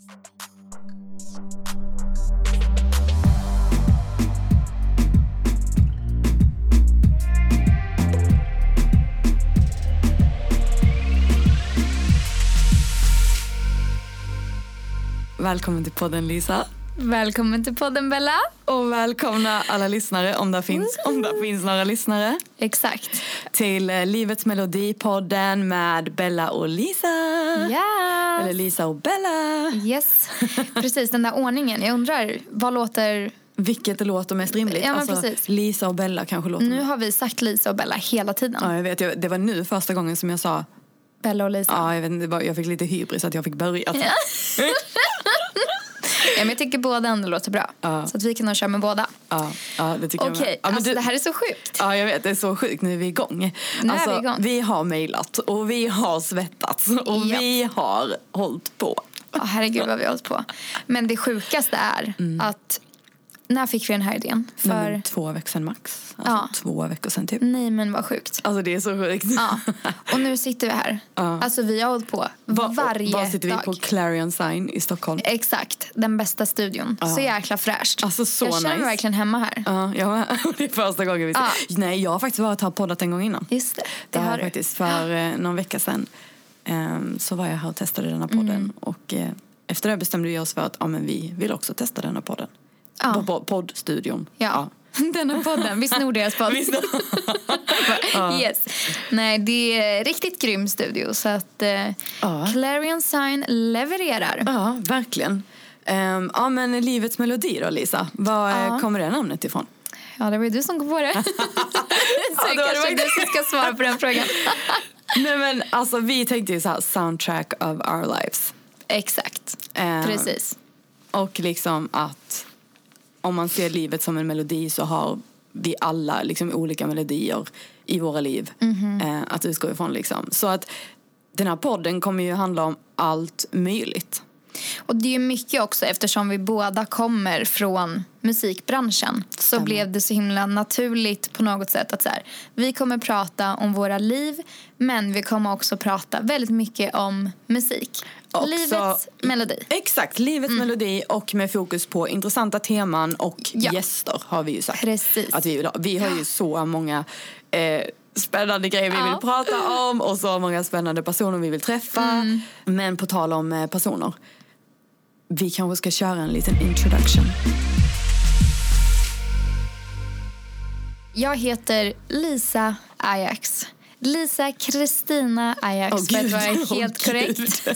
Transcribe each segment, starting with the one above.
Välkommen till podden, Lisa. Välkommen till podden, Bella. Och välkomna alla lyssnare, om det finns några lyssnare. Exakt. Till Livets Melodi-podden med Bella och Lisa. Ja. Eller Lisa och Bella. Yes. Precis, den där ordningen. Jag undrar, vad låter... Vilket låter mest rimligt? Ja, men alltså, precis. Lisa och Bella kanske låter. Nu har vi sagt Lisa och Bella hela tiden. Ja, jag vet. Det var nu första gången som jag sa... Bella och Lisa. Ja, jag vet inte. Jag fick lite hybris att jag fick börja. Ja. Ja, men jag tycker båda ändå låter bra. Så att vi kan nog köra med båda. Ja, det tycker jag. Okej, alltså det här är så sjukt. Ja, jag vet, det är så sjukt. Nu är vi igång. Nu är vi igång. Vi har mejlat och vi har svettats och vi har hållit på. Herregud vad vi har hållit på. Men det sjukaste är att... När fick vi den här idén? För 2 veckor sedan max. Alltså 2 veckor sedan typ. Nej, men vad sjukt. Alltså det är så sjukt. Ja. Och nu sitter vi här. Alltså vi har hållit på varje dag. Var sitter vi på Clarion Sign i Stockholm? Exakt, den bästa studion. Så jäkla fräscht. Alltså så jag känner mig verkligen hemma här. Ja, det är första gången vi ser. Nej, jag har faktiskt varit här och poddat en gång innan. Just det. Det har faktiskt för någon vecka sedan. Så var jag här och testade denna podden. Och efter det bestämde vi oss för att men vi vill också testa denna podden. På poddstudion. Ja. Denna podden. Vi snor deras podd. Yes. Nej, det är riktigt grym studio. Så att Clarion Sign levererar. Ja, verkligen. Men Livets Melodi då, Lisa. Var kommer det namnet ifrån? Ja, det var ju du som kom på det. Så det kanske du som ska svara på den frågan. Nej, men alltså vi tänkte ju så här, soundtrack of our lives. Exakt. Precis. Och liksom att om man ser livet som en melodi så har vi alla liksom olika melodier i våra liv att utgå ifrån liksom. Så att den här podden kommer ju handla om allt möjligt. Och det är ju mycket också eftersom vi båda kommer från musikbranschen. Så blev det så himla naturligt på något sätt att så här, vi kommer prata om våra liv, men vi kommer också prata väldigt mycket om musik. Också, livets melodi. Exakt, livets melodi och med fokus på intressanta teman och gäster har vi ju sagt. Precis. Att vi har ju så många spännande grejer vi vill prata om och så många spännande personer vi vill träffa. Men på tal om personer, vi kanske ska köra en liten introduction. Jag heter Lisa Ajax. Lisa Kristina Ajax, för att vara helt korrekt.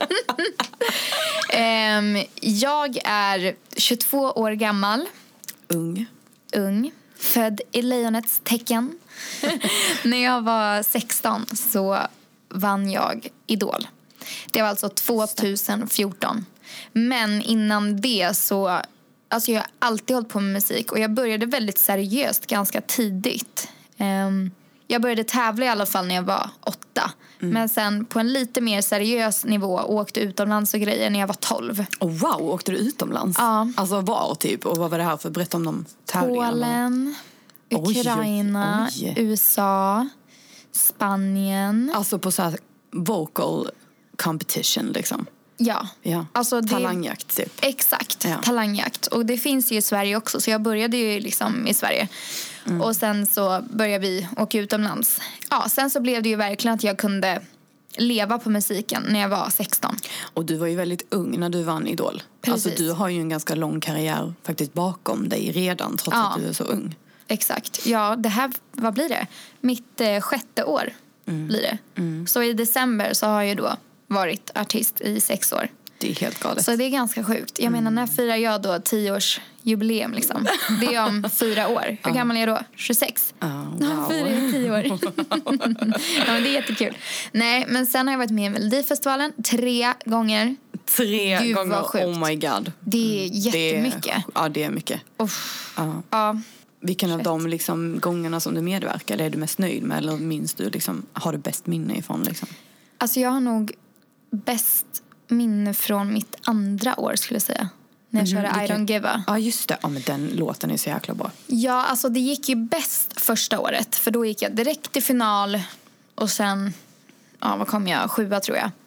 Jag är 22 år gammal. Ung. Född i lejonets tecken. När jag var 16 så vann jag Idol. Det var alltså 2014. Men innan det så... Alltså jag har alltid hållit på med musik. Och jag började väldigt seriöst ganska tidigt. Jag började tävla i alla fall när jag var 8. Men sen på en lite mer seriös nivå åkte utomlands och grejer när jag var 12. Oh, wow, åkte du utomlands? Ja. Alltså var typ? Och vad var det här för? Berätta om de tävlingarna. Polen, Ukraina, USA, Spanien. Alltså på så här vocal competition liksom. Ja. Alltså talangjakt typ. Exakt, talangjakt. Och det finns ju i Sverige också. Så jag började ju liksom i Sverige. Och sen så började vi åka utomlands. Ja, sen så blev det ju verkligen att jag kunde leva på musiken när jag var 16. Och du var ju väldigt ung när du vann Idol. Precis. Alltså du har ju en ganska lång karriär faktiskt bakom dig redan trots att du är så ung. Exakt. Ja, det här, vad blir det? Mitt 6:e år blir det. Så i december så har jag då varit artist i 6 år. Det är helt galet. Så det är ganska sjukt. Jag menar, när firar jag då 10-årsjubileum liksom? Det är om 4 år. Hur gammal är jag då? 26. Wow. Firar jag 10 år. Ja, men det är jättekul. Nej, men sen har jag varit med i Melodifestivalen 3 gånger. 3 gånger, oh my god. Det är jättemycket. Det är mycket. Ja. Vilken av de liksom, gångerna som du medverkar är du mest nöjd med? Eller minns du liksom, har du bäst minne ifrån liksom? Alltså jag har nog bäst minne från mitt andra år skulle jag säga. När jag körde I Don't Give A. Ja, just det. Ja, men den låten är så jäkla bra. Ja, alltså det gick ju bäst första året. För då gick jag direkt till final. Och sen, vad kom jag? 7 tror jag.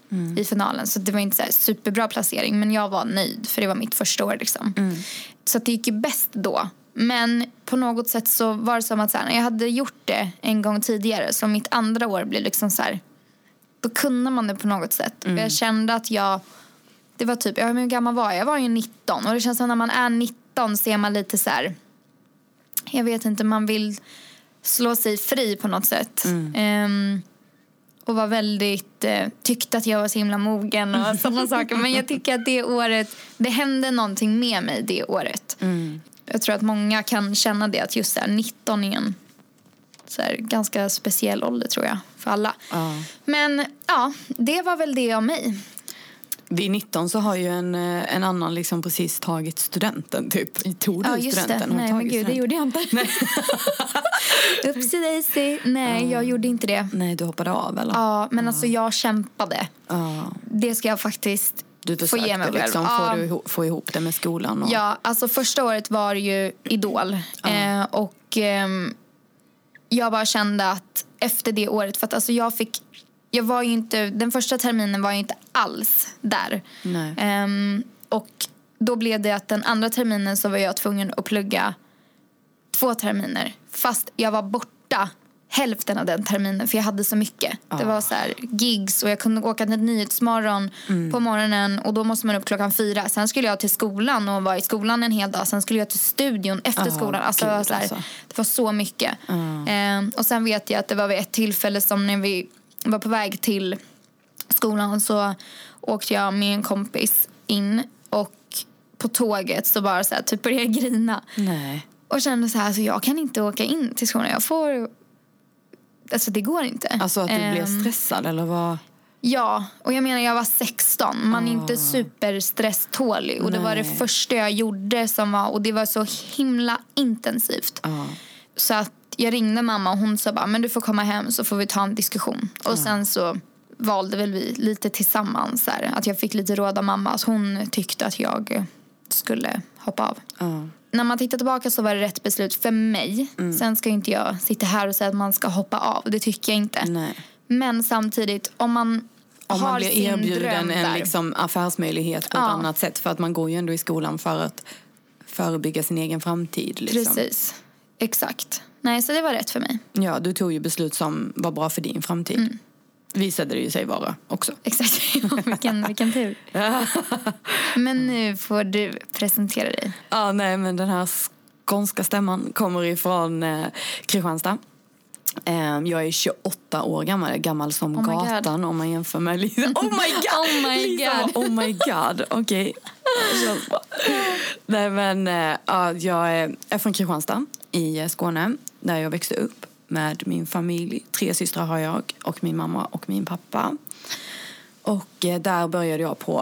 i finalen. Så det var inte så här superbra placering, men jag var nöjd för det var mitt första år liksom. Så att det gick ju bäst då. Men på något sätt så var det som att så här, när jag hade gjort det en gång tidigare, så mitt andra år blev liksom så här, då kunde man det på något sätt. Och jag kände att det var typ, hur gammal var jag? Jag var ju 19. Och det känns som när man är 19 så är man lite så här, jag vet inte, man vill slå sig fri på något sätt. Och var väldigt, tyckte att jag var så himla mogen och sådana saker. Men jag tycker att det året, det hände någonting med mig det året. Jag tror att många kan känna det, att just så här, 19 är en så här, ganska speciell ålder tror jag för alla. Men ja, det var väl det av mig. Vid 19 så har ju en annan liksom precis tagit studenten typ. Tog du studenten? Nej, men gud, det gjorde jag inte. Upsi daisy. Nej, jag gjorde inte det. Nej, du hoppade av eller? Ja, men alltså jag kämpade. Det ska jag faktiskt få ge mig själv. Liksom, få ihop det med skolan. Och... Ja, alltså första året var ju Idol. Och jag bara kände att efter det året, för att alltså jag var ju inte, den första terminen var jag inte alls där. Och då blev det att den andra terminen så var jag tvungen att plugga 2 terminer. Fast jag var borta hälften av den terminen för jag hade så mycket. Det var så här gigs och jag kunde åka till Nyhetsmorgon på morgonen och då måste man upp 4:00. Sen skulle jag till skolan och vara i skolan en hel dag. Sen skulle jag till studion efter skolan. Alltså, så här, det var så mycket. Och sen vet jag att det var vid ett tillfälle som när vi var på väg till skolan så åkte jag med en kompis in och på tåget så bara så här, typ började jag grina. Nej. Och kände så här, alltså jag kan inte åka in till skolan. Alltså det går inte. Alltså att du blev stressad eller vad? Ja, och jag menar jag var 16. Man är inte superstresstålig. Och det var det första jag gjorde som var, och det var så himla intensivt. Så att jag ringde mamma och hon sa bara, men du får komma hem så får vi ta en diskussion. Och sen så valde väl vi lite tillsammans här, att jag fick lite råd av mamma. Att hon tyckte att jag skulle hoppa av. När man tittar tillbaka så var det rätt beslut för mig. Sen ska inte jag sitta här och säga att man ska hoppa av. Det tycker jag inte. Nej. Men samtidigt, om man blir erbjuden en liksom affärsmöjlighet på ett annat sätt. För att man går ju ändå i skolan för att förebygga sin egen framtid. Liksom. Precis, exakt. Nej, så det var rätt för mig. Ja, du tog ju beslut som var bra för din framtid. Visade det ju sig vara också. Exakt, vilken tur. Men nu får du presentera dig. Ja, nej, men den här skånska stämman kommer ifrån Kristianstad. Jag är 28 år gammal som gatan om man jämför med Lisa. Oh my god! Oh my god, okej. Nej, men jag är från Kristianstad i Skåne där jag växte upp med min familj. 3 systrar har jag och min mamma och min pappa. Och där började jag på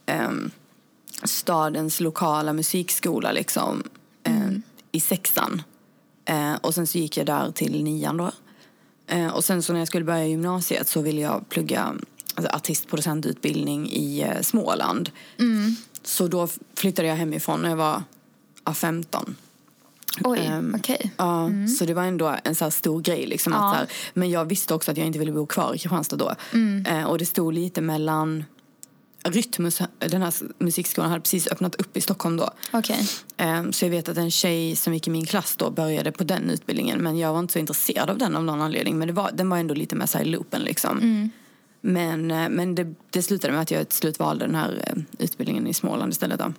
stadens lokala musikskola liksom i 6:an. Och sen så gick jag där till 9:an då. Och sen så när jag skulle börja gymnasiet så ville jag plugga artistproducentutbildning i Småland. Så då flyttade jag hemifrån när jag var 15. Oj, okej. Ja, så det var ändå en så här stor grej liksom, att så här, men jag visste också att jag inte ville bo kvar i Kristianstad då. Och det stod lite mellan Rytmus, den här musikskolan hade precis öppnat upp i Stockholm då. Okej. Så jag vet att en tjej som gick i min klass då började på den utbildningen, men jag var inte så intresserad av den av någon anledning, men den var ändå lite med så här i loopen liksom. Men det slutade med att jag till slut valde den här utbildningen i Småland istället då.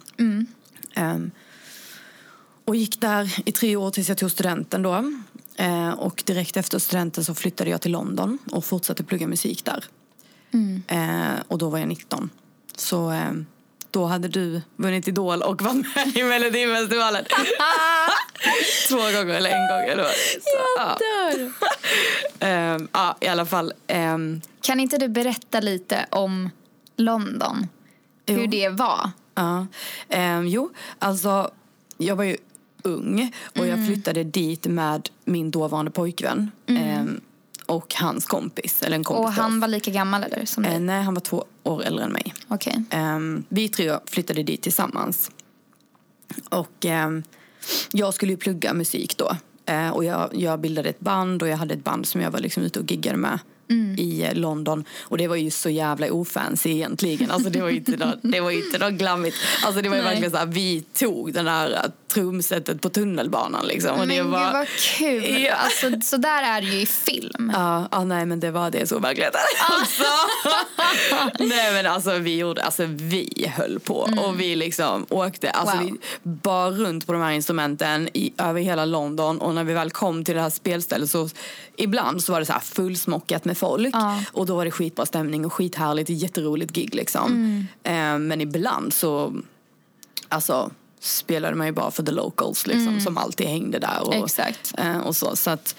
Och gick där i 3 år tills jag tog studenten då. Och direkt efter studenten så flyttade jag till London och fortsatte plugga musik där. Och då var jag 19. Så då hade du vunnit Idol och var med i Melodifestivalen. 2 gånger eller 1 gång. Eller jag dör. Ja, i alla fall. Kan inte du berätta lite om London? Hur det var? Ja. Jo, alltså jag var ju ung och jag flyttade dit med min dåvarande pojkvän och hans kompis, eller en kompis. Och han var lika gammal eller som dig? Nej, han var 2 år äldre än mig. Okej. Vi 3 flyttade dit tillsammans. Och jag skulle ju plugga musik då. Och jag bildade ett band och jag hade ett band som jag var liksom ute och giggade med i London. Och det var ju så jävla ofancy egentligen. Alltså det var ju inte något glammigt. Alltså det var ju verkligen så här, vi tog den där trumsetet på tunnelbanan liksom. Och Men det var, gud vad kul. Ja. Alltså, så där är det ju i film. Ja, nej men det var det så verkligen. Alltså. Nej men alltså vi höll på och vi liksom åkte, alltså vi bar runt på de här instrumenten över hela London, och när vi väl kom till det här spelstället så ibland så var det så här fullsmockat med folk och då var det skitbra stämning och skithärligt, jätteroligt gig liksom. Men ibland så alltså spelade man ju bara för the locals liksom, som alltid hängde där och, exakt. Och så att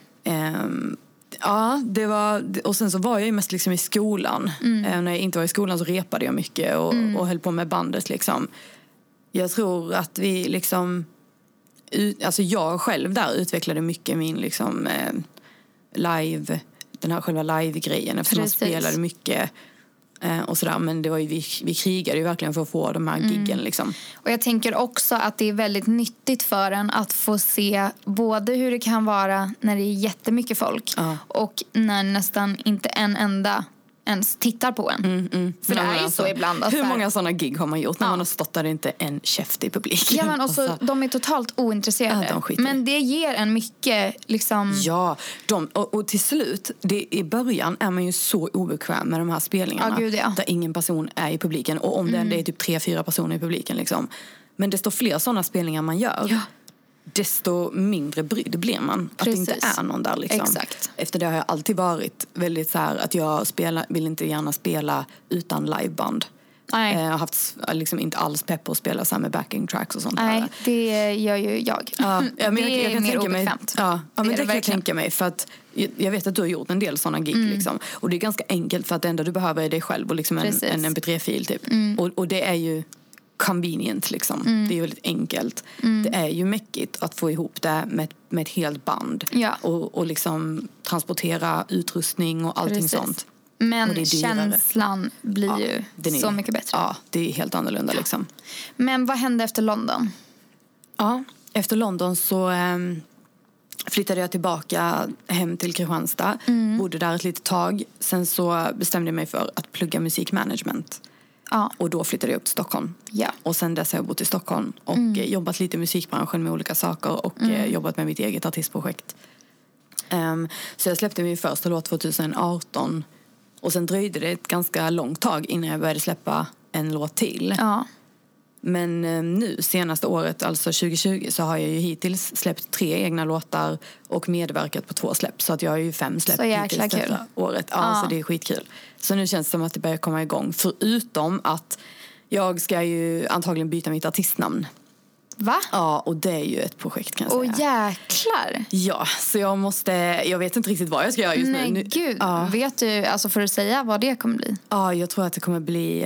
ja, det var, och sen så var jag ju mest liksom i skolan. När jag inte var i skolan så repade jag mycket och höll på med bandet liksom. Jag tror att vi liksom alltså jag själv där utvecklade mycket min liksom live, den här själva live-grejen, eftersom man spelade mycket och sådär, men det var ju, vi krigade ju verkligen för att få de här giggen liksom. Och jag tänker också att det är väldigt nyttigt för en att få se både hur det kan vara när det är jättemycket folk och när nästan inte en enda ens tittar på en. För det är ju så ibland. Hur många sådana gig har man gjort när man har stått där inte en käft i publiken? Ja, men också, de är totalt ointresserade. Men det ger en mycket liksom... Ja, och till slut, i början är man ju så obekväm med de här spelningarna. Gud, ja. Där ingen person är i publiken. Och om det är typ 3-4 personer i publiken liksom. Men desto fler sådana spelningar man gör, desto mindre brydd blir man. Precis. Att det inte är någon där liksom. Exakt. Efter det har jag alltid varit väldigt så här att jag vill inte gärna spela utan liveband. Nej. Jag har haft liksom inte alls pepp på att spela så här med backing tracks och sånt. Nej, det gör ju jag. Ja, men det jag kan är mer tänka mig. obekvämt. Ja, men det kan jag tänka mig, för att jag vet att du har gjort en del sådana gig liksom. Och det är ganska enkelt, för att det enda du behöver är dig själv och liksom en mp3-fil typ. Och det är ju convenient liksom. Det är väldigt enkelt. Det är ju mäckigt att få ihop det med ett helt band. Ja. Och liksom transportera utrustning och allting sånt. Men känslan blir ju så mycket bättre. Ja, det är helt annorlunda liksom. Men vad hände efter London? Ja, efter London så flyttade jag tillbaka hem till Kristianstad. Bodde där ett litet tag. Sen så bestämde jag mig för att plugga musikmanagement. Ja. Och då flyttade jag upp till Stockholm. Ja. Och sen dess har jag bott i Stockholm och jobbat lite i musikbranschen med olika saker och jobbat med mitt eget artistprojekt. Så jag släppte min första låt 2018 och sen dröjde det ett ganska långt tag innan jag började släppa en låt till. Ja. Men nu senaste året, alltså 2020, så har jag ju hittills släppt 3 egna låtar och medverkat på 2 släpp. Så att jag har ju 5 släpp hittills detta året. Ja, så det är skitkul. Så nu känns det som att det börjar komma igång. Förutom att jag ska ju antagligen byta mitt artistnamn. Va? Ja, och det är ju ett projekt kan jag säga. Åh jäklar. Ja, så jag vet inte riktigt vad jag ska göra just nu. Nej gud, vet du, alltså för att säga vad det kommer bli? Ja, jag tror att det kommer bli...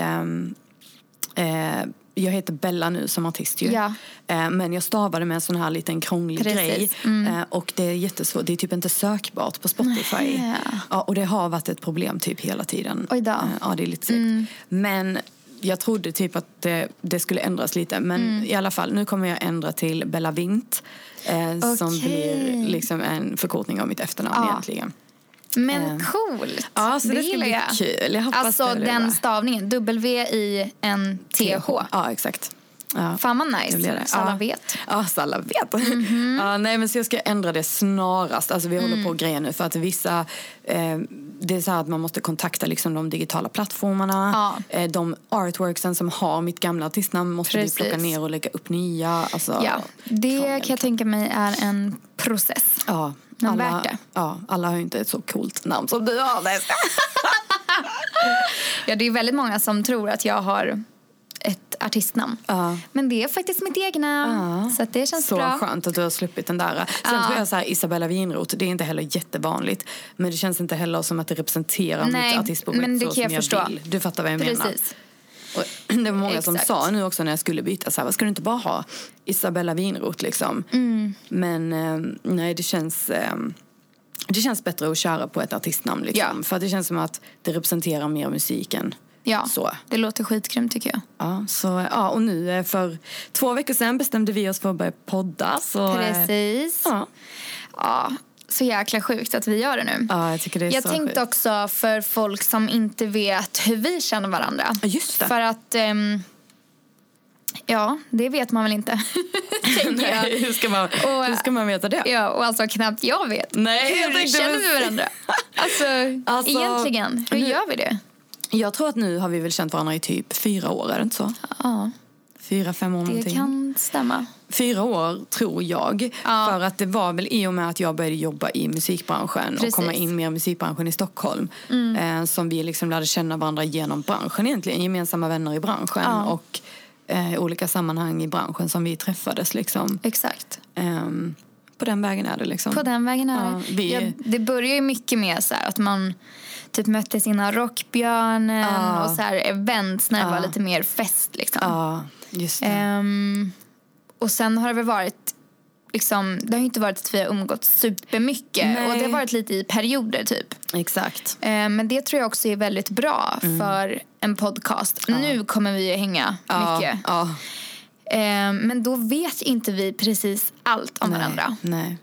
jag heter Bella nu som artist ju. Ja. Men jag stavade med en sån här liten krånglig grej. Och det är jättesvårt. Det är typ inte sökbart på Spotify. Ja, och det har varit ett problem typ hela tiden. Oj då. Ja, det är lite segt. Men jag trodde typ att det skulle ändras lite. Men i alla fall, nu kommer jag ändra till Bella Vint. Som blir liksom en förkortning av mitt efternamn egentligen. Men coolt. Ja, så det ska bli kul. Jag hoppas alltså den stavningen, W-I-N-T-H. Ja, exakt. Ja. Fan vad nice, så alla vet. Ja, så alla vet. Ja, nej, men så jag ska ändra det snarast. Alltså vi håller på grejer nu för att vissa... det är så här att man måste kontakta liksom de digitala plattformarna. De artworksen som har mitt gamla artistnamn måste vi plocka ner och lägga upp nya. Alltså, det kan jag tänka mig är en process. Ja. Men värt det. Ja, alla har ju inte ett så coolt namn som du har. Ja, det är väldigt många som tror att jag har ett artistnamn. Men det är faktiskt mitt egna. Så att det känns så bra. Så skönt att du har sluppit den där. Sen tror jag så här, Isabella Winroth, det är inte heller jättevanligt. Men det känns inte heller som att det representerar mitt artistprojekt men det så kan som jag förstå. Vill. Du fattar vad jag menar. Och det var många som sa nu också när jag skulle byta så här, vad ska du inte bara ha Isabella Winroth liksom? Men nej, det känns bättre att köra på ett artistnamn liksom. För att det känns som att det representerar mer musiken. Ja, så. Det låter skitgrymt tycker jag. Ja, så, och nu för 2 veckor sedan bestämde vi oss för att börja podda. Så, precis. Ja, så jäkla sjukt att vi gör det nu. Ja, jag tycker det är jag så tänkte sjukt. också för folk som inte vet hur vi känner varandra. Just det. För att, ja, det vet man väl inte. Tänker jag. Nej, hur ska man veta det? Ja, och alltså knappt jag vet. Nej, hur känner vi varandra? Alltså, egentligen, hur gör vi det? Jag tror att nu har vi väl känt varandra i typ 4 år, är det inte så? Ja. 4-5 år någonting. Det kan stämma. 4 år tror jag. Ja. För att det var väl i och med att jag började jobba i musikbranschen. Precis. Och komma in mer i musikbranschen i Stockholm. Som vi liksom lärde känna varandra genom branschen egentligen. Gemensamma vänner i branschen. Ja. Och olika sammanhang i branschen som vi träffades liksom. Exakt. På den vägen är det liksom. På den vägen är det. Ja, det börjar ju mycket med så här att man typ mötte sina Rockbjörnen och så här events när det var lite mer fest liksom. Ja, just det. Och sen har det väl varit liksom, det har ju inte varit att vi har umgått supermycket. Nej. Och det har varit lite i perioder typ. Exakt. Men det tror jag också är väldigt bra för en podcast. Nu kommer vi ju hänga mycket. Ja. Men då vet inte vi precis allt om varandra. Nej.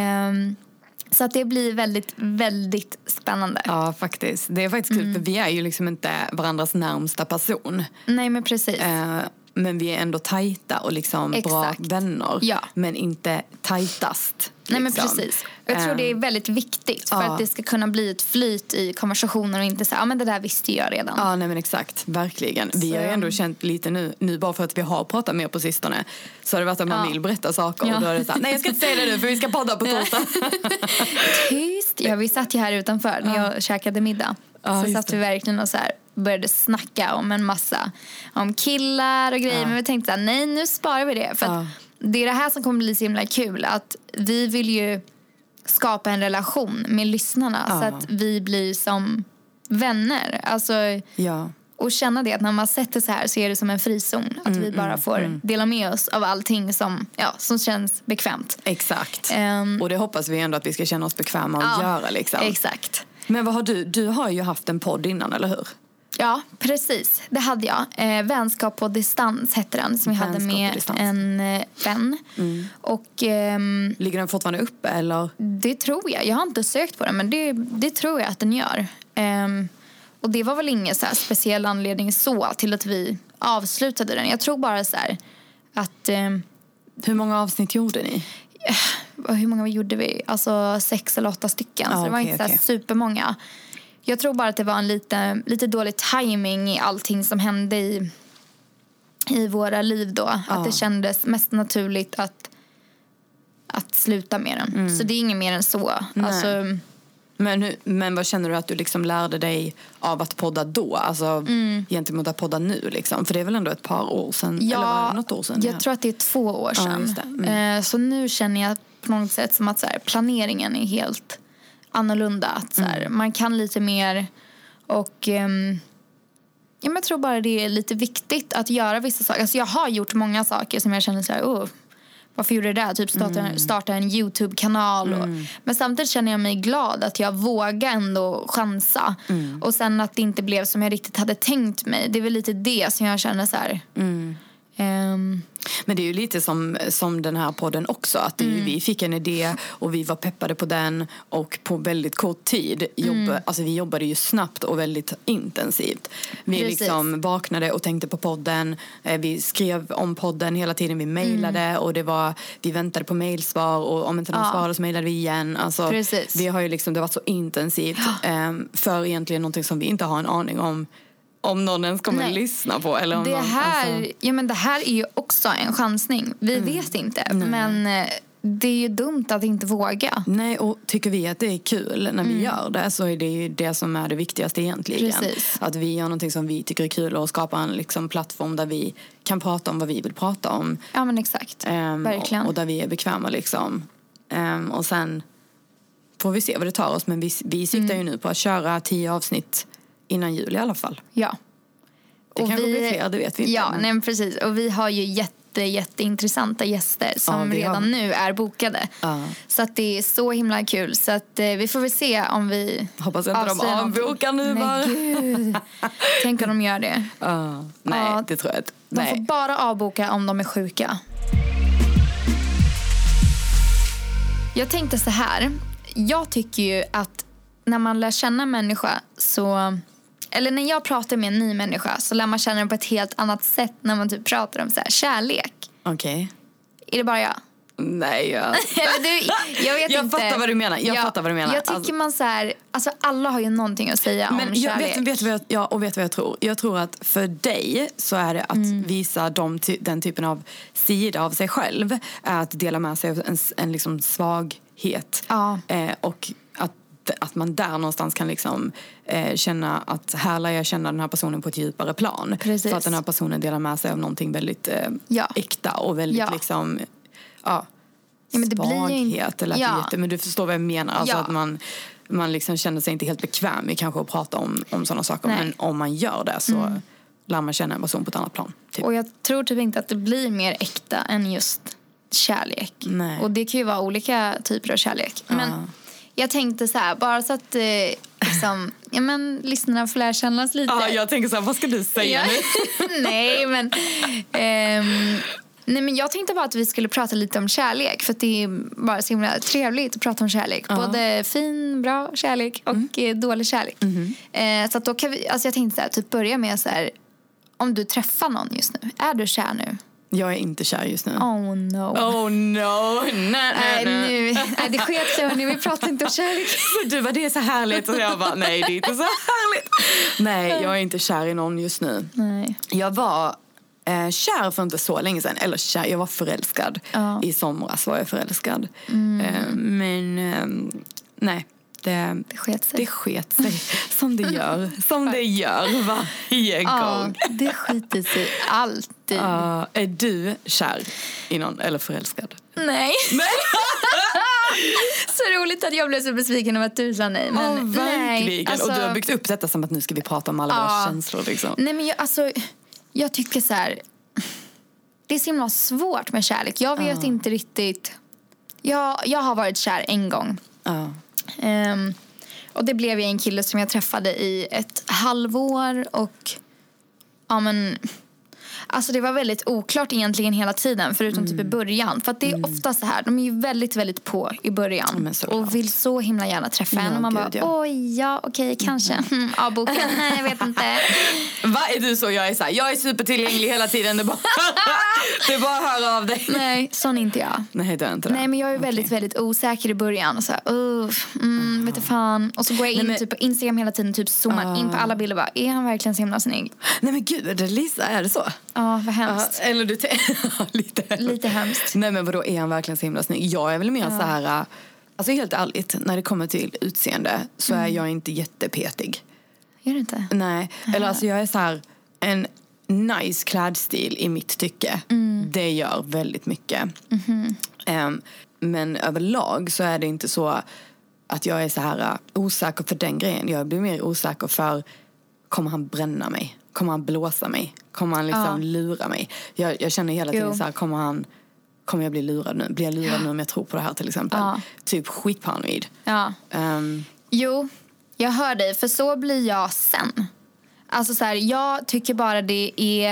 Så att det blir väldigt, väldigt spännande. Ja, faktiskt. Det är faktiskt kul, för vi är ju liksom inte varandras närmsta person. Nej, men precis. Men vi är ändå tajta och liksom bra vänner. Ja. Men inte tajtast. Nej, men liksom. precis. Jag tror det är väldigt viktigt för att det ska kunna bli ett flyt i konversationer och inte säga, men det där visste jag redan. Ja, nej men exakt. Verkligen. Vi har ju ändå känt lite nu bara för att vi har pratat mer på sistone. Så har det varit att man vill berätta saker och då är det så här, nej jag ska inte säga det nu för vi ska podda på torsdag. Tyst. Ja, vi satt ju här utanför när jag käkade middag. Så satt vi verkligen och så här började snacka om en massa om killar och grejer. Men vi tänkte så här, nej nu sparar vi det. För att det är det här som kommer bli så himla kul. Att vi vill ju skapa en relation med lyssnarna. Så att vi blir som vänner. Alltså, och känna det att när man sätter så här så är det som en frizon. Att vi bara får dela med oss av allting som känns bekvämt. Exakt. Och det hoppas vi ändå att vi ska känna oss bekväma att göra liksom. Exakt. Men vad har du har ju haft en podd innan, eller hur? Ja, precis. Det hade jag. Vänskap på distans hette den. Som jag hade med en vän. Och, ligger den fortfarande uppe, eller? Det tror jag. Jag har inte sökt på den, men det tror jag att den gör. Och det var väl ingen så här speciell anledning så till att vi avslutade den. Jag tror bara så här att... Hur många avsnitt gjorde ni? Hur många gjorde vi? Alltså 6 eller 8 stycken. Så det var inte så här supermånga. Jag tror bara att det var en lite dålig timing i allting som hände i våra liv då. Att det kändes mest naturligt att sluta med den. Så det är inget mer än så. Alltså, men vad känner du att du liksom lärde dig av att podda då? Alltså gentemot att podda nu liksom? För det är väl ändå ett par år sedan? Ja, eller var det något år sedan? Jag tror att det är 2 år sedan. Så nu känner jag på något sätt som att så här, planeringen är helt annorlunda. Att, så här, man kan lite mer och jag tror bara det är lite viktigt att göra vissa saker. Alltså jag har gjort många saker som jag känner så här, varför gjorde det där? Typ starta en YouTube-kanal. Men samtidigt känner jag mig glad att jag vågar ändå chansa. Och sen att det inte blev som jag riktigt hade tänkt mig. Det är väl lite det som jag känner så här. Men det är ju lite som den här podden också. Att vi fick en idé och vi var peppade på den. Och på väldigt kort tid alltså vi jobbade ju snabbt och väldigt intensivt. Vi liksom vaknade och tänkte på podden. Vi skrev om podden hela tiden. Vi mejlade och vi väntade på mejlsvar. Och om inte någon svarade så mejlade vi igen. Alltså, vi har ju liksom, det var så intensivt för egentligen någonting som vi inte har en aning om någon ens kommer lyssna på. Eller om det här är ju också en chansning. Vi vet inte. Men det är ju dumt att inte våga. Nej, och tycker vi att det är kul när vi gör det, så är det ju det som är det viktigaste egentligen. Precis. Att vi gör någonting som vi tycker är kul och skapar en liksom plattform där vi kan prata om vad vi vill prata om. Ja, men exakt. Verkligen. Och där vi är bekväma liksom. Och sen får vi se vad det tar oss. Men vi siktar ju nu på att köra 10 avsnitt innan jul i alla fall. Ja. Det kanske blir fler, det vet vi inte. Ja, nej, precis. Och vi har ju jätteintressanta gäster som redan nu är bokade. Så att det är så himla kul. Så att vi får väl se om vi... Hoppas inte de avbokar nu bara. Gud. Tänk om de gör det. Nej, det tror jag inte. De får bara avboka om de är sjuka. Jag tänkte så här. jag tycker ju att när man lär känna en människa så... Eller när jag pratar med en ny människa så lär man känna den på ett helt annat sätt när man typ pratar om så här kärlek. Okej. Är det bara jag? Nej, jag vet jag inte. Fattar vad du menar. Jag fattar vad du menar. Jag tycker man så här, alltså alla har ju någonting att säga om kärlek. Vet vad jag tror? Jag tror att för dig så är det att visa den typen av sida av sig själv, är att dela med sig av en liksom svaghet. Ja. Och att man där någonstans kan liksom känna att här lär jag känna den här personen på ett djupare plan. Precis. För att den här personen delar med sig av någonting väldigt äkta och väldigt liksom men det svaghet blir ju eller men du förstår vad jag menar, alltså att man liksom känner sig inte helt bekväm i kanske att prata om sådana saker. Nej. Men om man gör det så lär man känna en person på ett annat plan typ. Och jag tror typ inte att det blir mer äkta än just kärlek. Nej. Och det kan ju vara olika typer av kärlek. Men jag tänkte så här, bara så att liksom, lyssnarna får lära kännas lite. Ja, jag tänker så här, vad ska du säga nu? Nej, men jag tänkte bara att vi skulle prata lite om kärlek. För att det är bara så himla trevligt att prata om kärlek. Både fin, bra kärlek och dålig kärlek. Så att då kan vi, alltså jag tänkte så här, typ börja med så här, om du träffar någon just nu. Är du kär nu? Jag är inte kär just nu. Oh no. Oh no. Nej. Det sket sig nu. Vi pratar inte om kärlek. Du var det är så härligt. Och jag bara, nej det är inte så härligt. Nej, jag är inte kär i någon just nu. Nej. Jag var kär för inte så länge sedan. Eller kär, jag var förälskad. I somras var jag förälskad. Men nej. Det sket sig. Som det gör. Som det gör varje gång. Det skiter sig alltid. Är du kär i någon eller förälskad? Nej. Så roligt att jag blev så besviken över att du sa nej. Men verkligen. Nej, alltså... Och du har byggt upp detta som att nu ska vi prata om alla våra känslor. Liksom. Nej, men jag tycker så här... Det är så himla svårt med kärlek. Jag vet inte riktigt... Jag har varit kär en gång. Och det blev en kille som jag träffade i ett halvår. Och alltså det var väldigt oklart egentligen hela tiden. Förutom typ i början. För att det är ofta så här. De är ju väldigt, väldigt på i början. Och vill så himla gärna träffa en. Och man bara, okej, kanske. Boken, nej jag vet inte. Vad är du så? Jag är så här, jag är supertillgänglig hela tiden. Det är bara att höra av dig. Nej, sån är inte jag. Nej, det är inte det. Nej, men jag är väldigt, väldigt osäker i början. Och så här, vet du fan. Och så går jag in typ på Instagram hela tiden. Typ zoomar in på alla bilder. Bara, är han verkligen så himla snygg? Nej men gud, Lisa, är det så? Ja, vad hemskt. Eller du lite hemskt. Nej men vadå, är han verkligen så himla snygg? Jag är väl mer så här, alltså helt ärligt, när det kommer till utseende så är jag inte jättepetig. Gör du inte? Nej, eller alltså jag är så här, en nice klädstil i mitt tycke. Det gör väldigt mycket. Men överlag så är det inte så att jag är så här osäker för den grejen. Jag blir mer osäker för, kommer han bränna mig? Kommer han blåsa mig? Kommer han liksom lura mig? Jag känner hela tiden så här, kommer jag bli lurad nu? Blir jag lurad nu om jag tror på det här till exempel? Typ skitparanoid. Jo, jag hör dig. För så blir jag sen. Alltså så här, jag tycker bara det är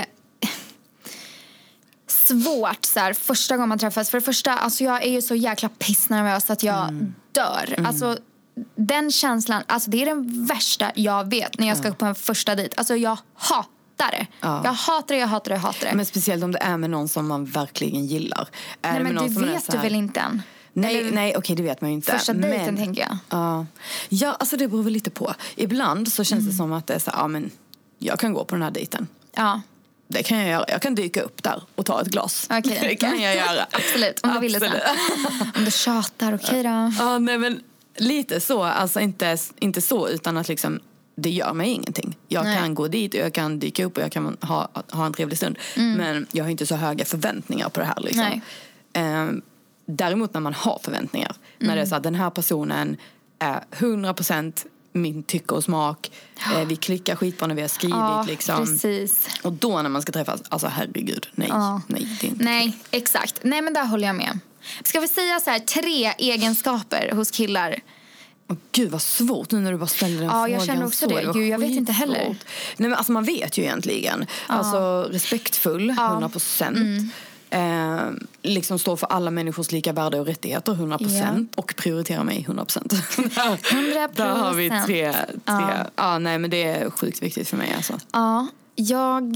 svårt så här, första gången man träffas. För det första, alltså jag är ju så jäkla pissnervös att jag dör. Alltså den känslan, alltså det är den värsta jag vet när jag ska på en första dejt. Alltså jag hatar det. Jag hatar det. Men speciellt om det är med någon som man verkligen gillar. Nej, men det vet du väl inte än? Nej, okej, det vet man ju inte. Första dejten tänker jag. Ja, alltså det beror väl lite på. Ibland så känns det som att det är så här, men jag kan gå på den här dejten. Ja. Det kan jag göra. Jag kan dyka upp där och ta ett glas. Okay. Det kan jag göra. Absolut, om du vill det. Om du tjatar, okej då. Ja, nej men lite så. Alltså inte så, utan att liksom det gör mig ingenting. Jag kan gå dit och jag kan dyka upp och jag kan ha en trevlig stund. Men jag har inte så höga förväntningar på det här liksom. Däremot när man har förväntningar. När det är så att den här personen är 100% min tycke och smak. Vi klickar skitbra när vi har skrivit liksom. Precis. Och då när man ska träffas, alltså herregud, nej, det är inte. Nej, exakt. Nej, men där håller jag med. Ska vi säga så här, 3 egenskaper hos killar? Gud vad svårt nu när du bara ställer den frågan. Ja, jag känner också det. Gud, jag vet inte heller. Nej, men alltså man vet ju egentligen. Alltså respektfull, 100%. liksom står för alla människors lika värde och rättigheter 100% och prioriterar mig 100%. 100%. Där har vi tre. Ja, nej, men det är sjukt viktigt för mig alltså. Ja, jag...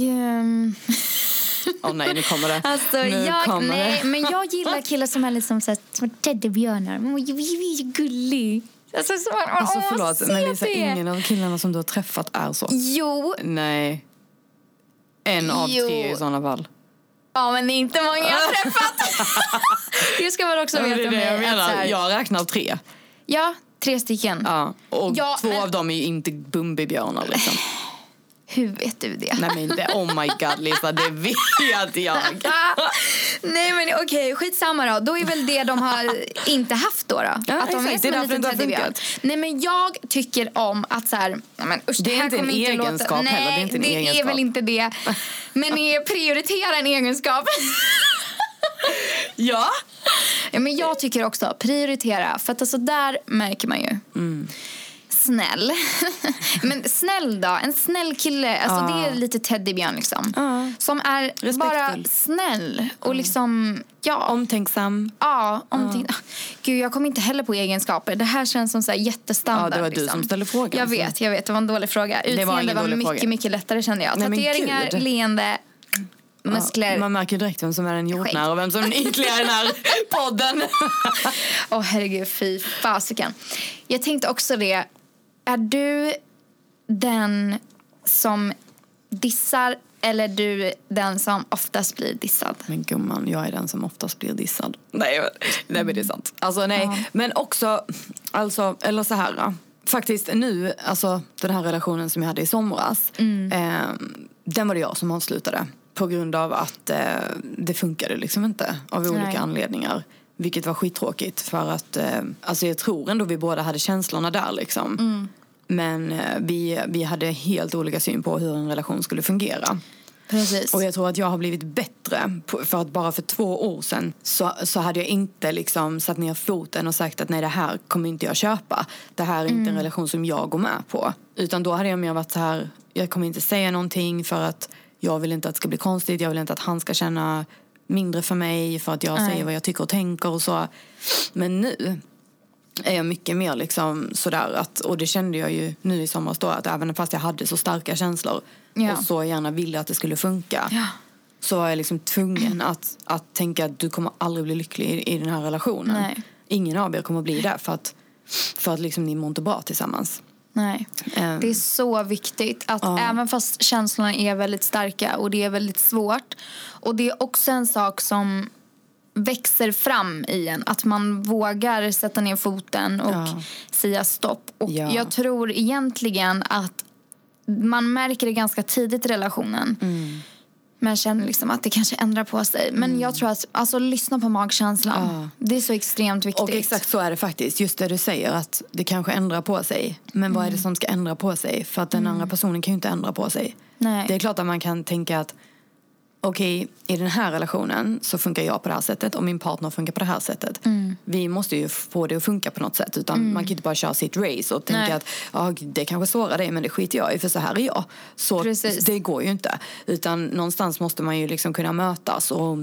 Nej, nu kommer det. Alltså, men jag gillar killar som är liksom så här, som teddybjörnar. Gullig. Alltså, förlåt, men Lisa, ingen av killarna som du har träffat är så. Jo. Nej. En av 3 i sådana fall. Ja, men det är inte många jag har träffat. Det ska man också veta med. Jag menar, jag räknar 3. Ja, 3 stycken. Ja, och 2 av dem är ju inte Bumbibjörnar liksom. Hur vet du det? Nej, men oh my god, Lisa, det vet jag. Nej, men okej, skitsamma då. Då är väl det de har inte haft då. Ja, att de exakt, det är därför det inte har funkat. Nej, men jag tycker om att så här, men usch, det är inte en egenskap heller. Nej, det är väl inte det. Men prioritera en egenskap. Ja. Ja, men jag tycker också prioritera. För att alltså där märker man ju. Snäll. Men snäll då. En snäll kille. Alltså det är lite teddybjörn liksom. Som är respektfull. Bara snäll. Och liksom, omtänksam. Ja, Gud, jag kommer inte heller på egenskaper. Det här känns som så här jättestandard. Ja, det var liksom. Du som ställde frågan. Jag vet. Det var en dålig fråga. Utseende var mycket lättare, kände jag. Tatueringar, leende, muskler. Man märker direkt vem som är en jordnära och vem som är ytligare i den här podden. Herregud, fy fasiken. Jag tänkte också det. Är du den som dissar eller du den som oftast blir dissad? Men gumman, jag är den som oftast blir dissad. Nej, det är sant. Alltså nej, men också eller så här. Faktiskt nu, alltså den här relationen som jag hade i somras, den var det jag som avslutade på grund av att det funkade liksom inte av olika anledningar. Vilket var skittråkigt för att alltså jag tror ändå vi båda hade känslorna där liksom. Men vi hade helt olika syn på hur en relation skulle fungera. Precis. Och jag tror att jag har blivit bättre för att bara för 2 år sedan så hade jag inte liksom satt ner foten och sagt att nej, det här kommer inte jag köpa. Det här är inte en relation som jag går med på. Utan då hade jag mer varit så här, jag kommer inte säga någonting för att jag vill inte att det ska bli konstigt. Jag vill inte att han ska känna mindre för mig för att jag säger vad jag tycker och tänker och så. Men nu är jag mycket mer liksom sådär att, och det kände jag ju nu i somras då, att även fast jag hade så starka känslor och så gärna ville att det skulle funka så var jag liksom tvungen att tänka att du kommer aldrig bli lycklig i den här relationen. Nej. Ingen av er kommer bli där för att liksom ni mår inte bra tillsammans. Nej, det är så viktigt att även fast känslorna är väldigt starka och det är väldigt svårt, och det är också en sak som växer fram i en, att man vågar sätta ner foten och säga stopp. Och jag tror egentligen att man märker det ganska tidigt i relationen. Men känner liksom att det kanske ändrar på sig. Men jag tror att, alltså lyssna på magkänslan. Det är så extremt viktigt. Och exakt så är det faktiskt. Just det du säger, att det kanske ändrar på sig. Men vad är det som ska ändra på sig? För att den andra personen kan ju inte ändra på sig. Nej. Det är klart att man kan tänka att okej, i den här relationen så funkar jag på det här sättet och min partner funkar på det här sättet. Vi måste ju få det att funka på något sätt. Utan man kan inte bara köra sitt race och tänka att det kanske sårar dig, men det skiter jag i för så här är jag. Så det går ju inte. Utan någonstans måste man ju liksom kunna mötas och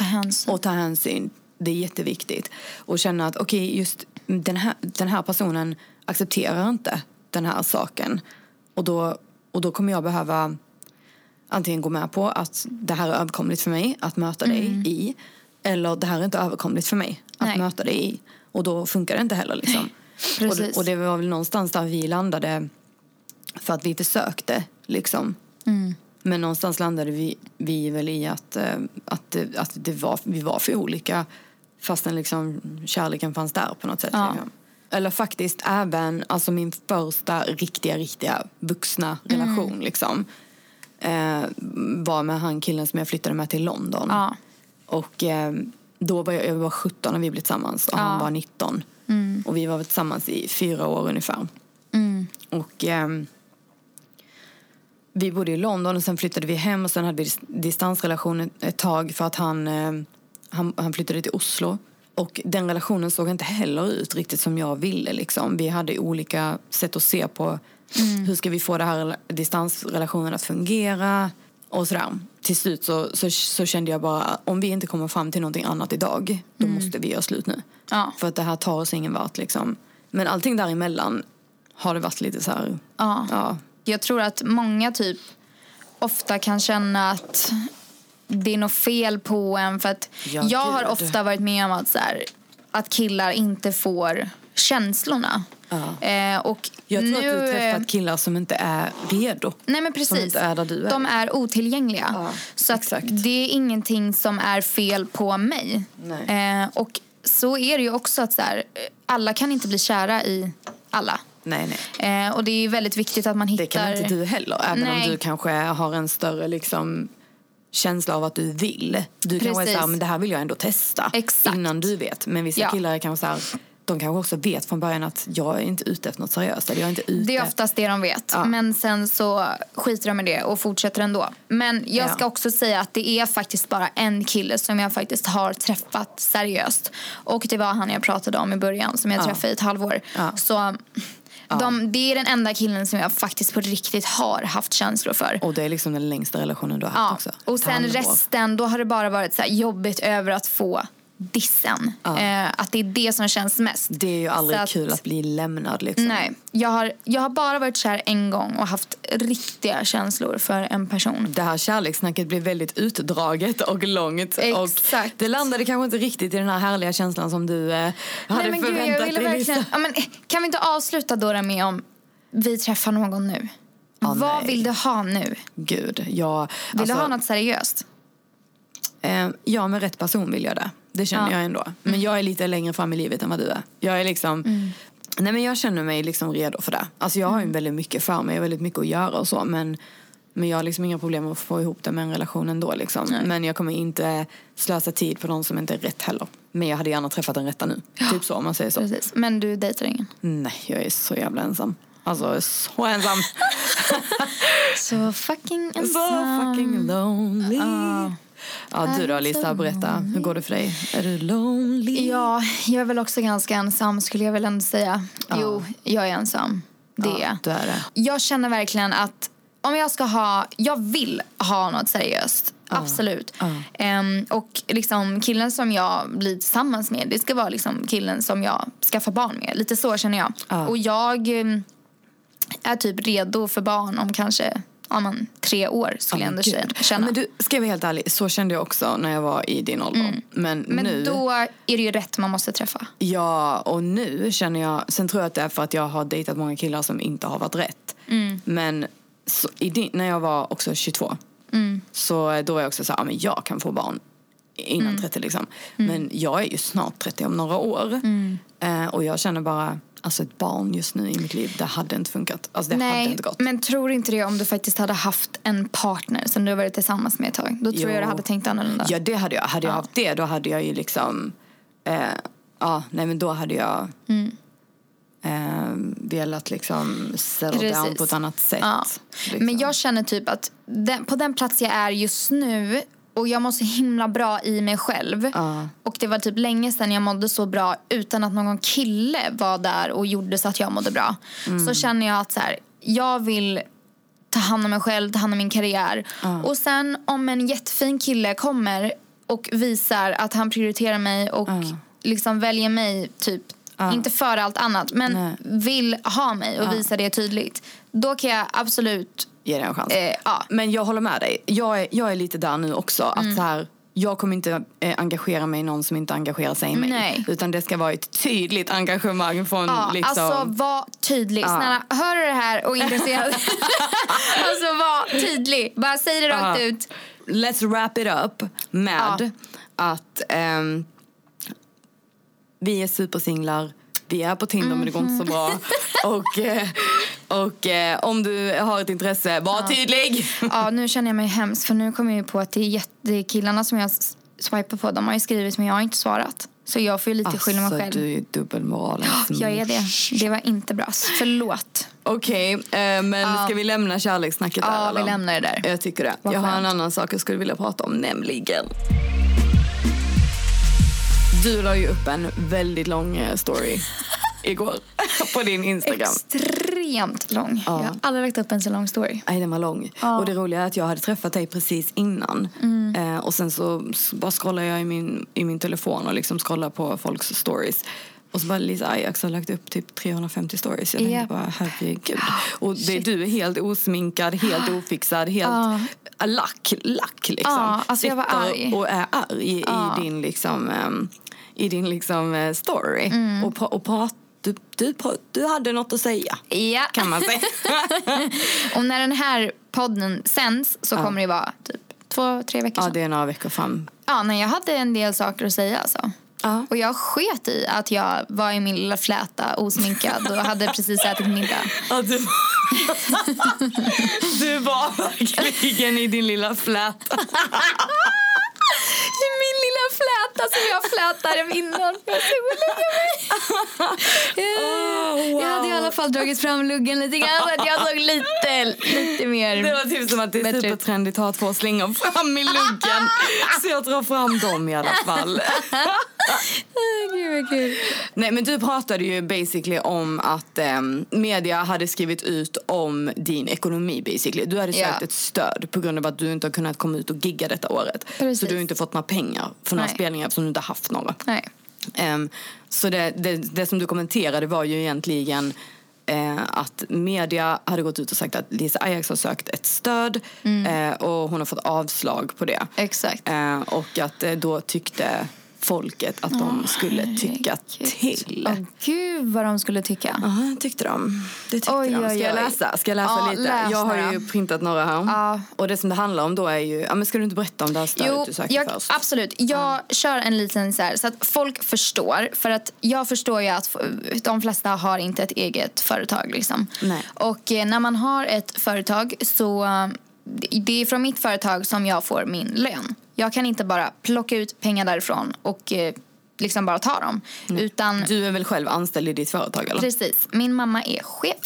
ta hänsyn. Det är jätteviktigt. Och känna att okej, just den här personen accepterar inte den här saken. Och då kommer jag behöva antingen gå med på att det här är överkomligt för mig att möta dig i. Eller det här är inte överkomligt för mig att möta dig i. Och då funkar det inte heller liksom. Och det var väl någonstans där vi landade för att vi försökte liksom. Men någonstans landade vi väl i att vi var för olika fastän liksom kärleken fanns där på något sätt. Liksom. Eller faktiskt även alltså min första riktiga vuxna relation liksom. Var med han killen som jag flyttade med till London. Och då var jag var 17 när vi blev tillsammans och han var 19. Och vi var tillsammans i 4 år ungefär. Och vi bodde i London och sen flyttade vi hem och sen hade vi distansrelation ett tag för att han flyttade till Oslo. Och den relationen såg inte heller ut riktigt som jag ville liksom. Vi hade olika sätt att se på hur ska vi få det här distansrelationen att fungera. Och sådär. Till slut så kände jag bara, om vi inte kommer fram till någonting annat idag, då måste vi göra slut nu. Ja. För att det här tar oss ingen vart liksom. Men allting däremellan har det varit lite så här. Ja. Jag tror att många typ ofta kan känna att det är något fel på en. För att jag har ofta varit med om att, så här, att killar inte får känslorna. Och jag tror att du har träffat killar som inte är redo. Nej, men precis. Som inte är där du är. De är otillgängliga. Så att det är ingenting som är fel på mig. Och så är det ju också att så här, alla kan inte bli kära i alla. Nej. Och det är väldigt viktigt att man hittar... Det kan inte du heller. Även om du kanske har en större liksom känsla av att du vill. Du kanske är så här, men det här vill jag ändå testa. Exakt. Innan du vet. Men vissa killar är kanske så här, de kanske också vet från början att jag är inte ute efter något seriöst. Eller jag är inte ute. Det är oftast det de vet. Men sen så skiter de med det och fortsätter ändå. Men jag ska också säga att det är faktiskt bara en kille som jag faktiskt har träffat seriöst. Och det var han jag pratade om i början, som jag träffade i ett halvår. Så... det är den enda killen som jag faktiskt på riktigt har haft känslor för. Och det är liksom den längsta relationen du har haft också. Och sen resten, då har det bara varit så här jobbigt över att få dissen. Att det är det som känns mest. Det är ju aldrig kul att bli lämnad liksom. Nej, jag har bara varit kär en gång och haft riktiga känslor för en person. Det här kärlekssnacket blev väldigt utdraget och långt. Exakt. Och det landade kanske inte riktigt i den här härliga känslan som du hade förväntat dig. Verkligen, men kan vi inte avsluta då med om vi träffar någon nu? Vad vill du ha nu? Gud, vill du ha något seriöst? Ja, med rätt person vill jag det. Det känner jag ändå. Men jag är lite längre fram i livet än vad du är. Jag är liksom... Nej, men jag känner mig liksom redo för det. Alltså jag har ju väldigt mycket för mig. Jag har väldigt mycket att göra och så. Men jag har liksom inga problem att få ihop det med en relation ändå liksom. Men jag kommer inte slösa tid på någon som inte är rätt heller. Men jag hade gärna träffat den rätta nu. Typ så, om man säger så. Precis. Men du dejtar ingen? Nej, jag är så jävla ensam. Alltså, så ensam. Så fucking ensam. So fucking lonely. Ja, du då Lisa, berätta. Hur går det för dig? Är du lonely? Ja, jag är väl också ganska ensam, skulle jag väl ändå säga. Jo, jag är ensam. Det är det. Jag känner verkligen att om jag vill ha något seriöst. Absolut. Och liksom killen som jag blir tillsammans med, det ska vara liksom killen som jag skaffar barn med. Lite så känner jag. Och jag är typ redo för barn om kanske 3 år skulle jag ändå känna. Men du, ska jag vara helt ärlig, så kände jag också när jag var i din ålder. Men nu, då är det ju rätt man måste träffa. Ja, och nu känner jag, sen tror jag att det är för att jag har dejtat många killar som inte har varit rätt. Men så, när jag var också 22, så då var jag också så här, men jag kan få barn innan 30 liksom. Men jag är ju snart 30 om några år. Och jag känner bara, alltså ett barn just nu i mitt liv, det hade inte funkat. Alltså det hade inte gått. Men tror inte det om du faktiskt hade haft en partner som du har varit tillsammans med ett tag? Då tror jag du hade tänkt annorlunda. Ja, det hade jag. Hade jag haft det, då hade jag ju liksom... men då hade jag velat liksom settle down på ett annat sätt. Liksom. Men jag känner typ att på den plats jag är just nu, och jag mår så himla bra i mig själv. Och det var typ länge sedan jag mådde så bra utan att någon kille var där och gjorde så att jag mådde bra. Så känner jag att så här, jag vill ta hand om mig själv, ta hand om min karriär. Och sen om en jättefin kille kommer och visar att han prioriterar mig och liksom väljer mig typ, inte för allt annat, men vill ha mig och visa det tydligt, då kan jag absolut ge det en chans. Men jag håller med dig. Jag är lite där nu också. Att så här, jag kommer inte engagera mig i någon som inte engagerar sig i mig. Nej. Utan det ska vara ett tydligt engagemang från liksom... Alltså var tydlig. Snälla, hör du det här och intresserad? Alltså var tydlig. Bara säg det rakt ut. Let's wrap it up med att vi är supersinglar. Vi är på Tinder men det går inte så bra. Och om du har ett intresse, var tydlig. Ja, nu känner jag mig hemskt. För nu kommer jag på att det är killarna som jag swipar på. De har ju skrivit men jag har inte svarat. Så jag får ju lite skylla mig själv. Alltså du är dubbelmoral. Jag är det. Det var inte bra. Förlåt. Okej, men ska vi lämna kärlekssnacket där? Ja, vi lämnar det där. Jag tycker det. Jag har en annan sak jag skulle vilja prata om, nämligen... Du la ju upp en väldigt lång story igår på din Instagram. Extremt extremt lång. Ja. Jag har aldrig lagt upp en så lång story. Nej, den var lång. Och det roliga är att jag hade träffat dig precis innan. Och sen så bara scrollar jag i min telefon och liksom scrollar på folks stories. Och så bara Lisa Ajax har lagt upp typ 350 stories. Jag tänkte bara, herregud. Och du är helt osminkad, helt ofixad, helt lack liksom. Alltså jag var arg. Och är arg i din liksom story. Och du hade något att säga, kan man säga. Och när den här podden sänds så kommer det vara typ 2-3 veckor sedan. Ja, det är några veckor fram. Ja, när jag hade en del saker att säga alltså. Och jag sket i att jag var i min lilla fläta osminkad och hade precis ätit middag. Ja, du var verkligen i din lilla fläta. I min lilla fläta som jag flätar innan. Jag hade i alla fall dragit fram luggen lite grann så att jag såg lite mer. Det var typ som att det är supertrendigt att ha 2 slingor fram i luggen. Så jag drar fram dem i alla fall. Gud vad kul. Nej, men du pratade ju basically om att media hade skrivit ut om din ekonomi basically. Du hade sökt ett stöd på grund av att du inte har kunnat komma ut och gigga detta året. Precis. Så du har inte fått några pengar för några spelningar som du inte haft några. Nej. Så det som du kommenterade var ju egentligen att media hade gått ut och sagt att Lisa Ajax har sökt ett stöd och hon har fått avslag på det. Exakt. Och att då tyckte folket att de skulle tycka till. Gud vad de skulle tycka. Ja, tyckte de. Det tyckte de. Ska jag läsa lite? Jag har ju printat några här. Och det som det handlar om då är ju... Ja, men ska du inte berätta om det här stödet du söker först? Absolut. Jag kör en liten så här så att folk förstår. För att jag förstår ju att de flesta har inte ett eget företag liksom. Nej. Och när man har ett företag så... Det är från mitt företag som jag får min lön. Jag kan inte bara plocka ut pengar därifrån och liksom bara ta dem. Utan, du är väl själv anställd i ditt företag, eller? Precis. Min mamma är chef.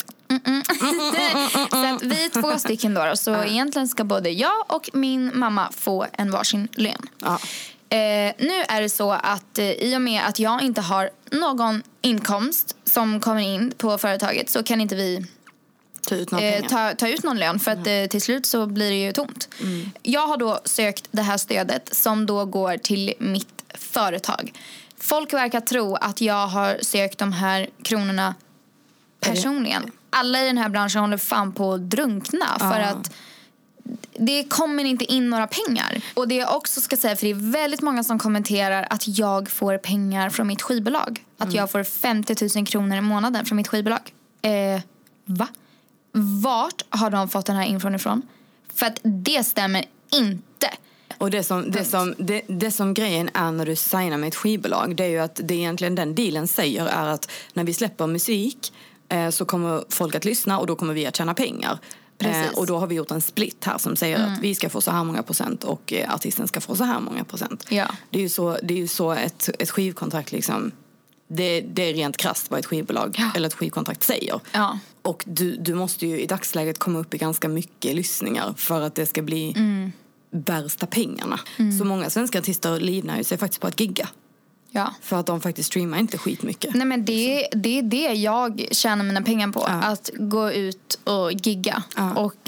Så att vi är 2 stycken då. Så egentligen ska både jag och min mamma få en varsin lön. Nu är det så att i och med att jag inte har någon inkomst som kommer in på företaget så kan inte vi... ta ut någon lön för att till slut så blir det ju tomt. Jag har då sökt det här stödet som då går till mitt företag. Folk verkar tro att jag har sökt de här kronorna personligen. Alla i den här branschen håller fan på att drunkna för att det kommer inte in några pengar. Och det jag också ska säga, för det är väldigt många som kommenterar att jag får pengar från mitt skivbolag. Att jag får 50 000 kronor i månaden från mitt skivbolag. Va? Vart har de fått den här infon ifrån? För att det stämmer inte. Och det som grejen är när du signar med ett skivbolag, det är ju att det egentligen den dealen säger är att när vi släpper musik så kommer folk att lyssna och då kommer vi att tjäna pengar. Och då har vi gjort en split här som säger att vi ska få så här många procent och artisten ska få så här många procent. Ja. Det är ju så ett skivkontrakt liksom. Det är rent krasst vad ett skivbolag eller ett skivkontrakt säger. Ja. Och du måste ju i dagsläget komma upp i ganska mycket lyssningar för att det ska bli värsta pengarna. Så många svenska artister livnar ju sig faktiskt på att gigga. Ja. För att de faktiskt streamar inte skitmycket. Nej, men det är det jag tjänar mina pengar på. Ja. Att gå ut och gigga. Ja. Och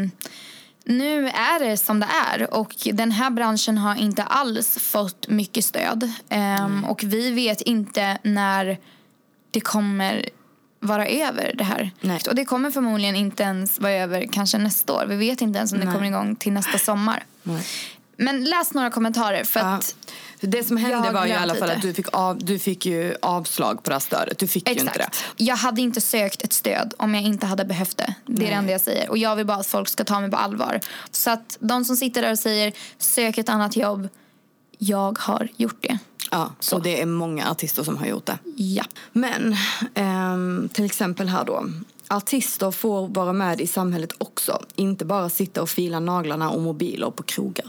nu är det som det är. Och den här branschen har inte alls fått mycket stöd. Och vi vet inte när det kommer vara över det här. Nej. Och det kommer förmodligen inte ens vara över kanske nästa år. Vi vet inte ens om det kommer igång till nästa sommar. Nej. Men läs några kommentarer för att det som hände var ju i alla fall att du fick ju avslag på det här stödet. Du fick ju inte det. Jag hade inte sökt ett stöd om jag inte hade behövt det. Det är det enda jag säger. Och jag vill bara att folk ska ta mig på allvar. Så att de som sitter där och säger sök ett annat jobb. Jag har gjort det. Ja, så det är många artister som har gjort det. Ja. Men till exempel här då. Artister får vara med i samhället också. Inte bara sitta och fila naglarna och mobiler på krogar.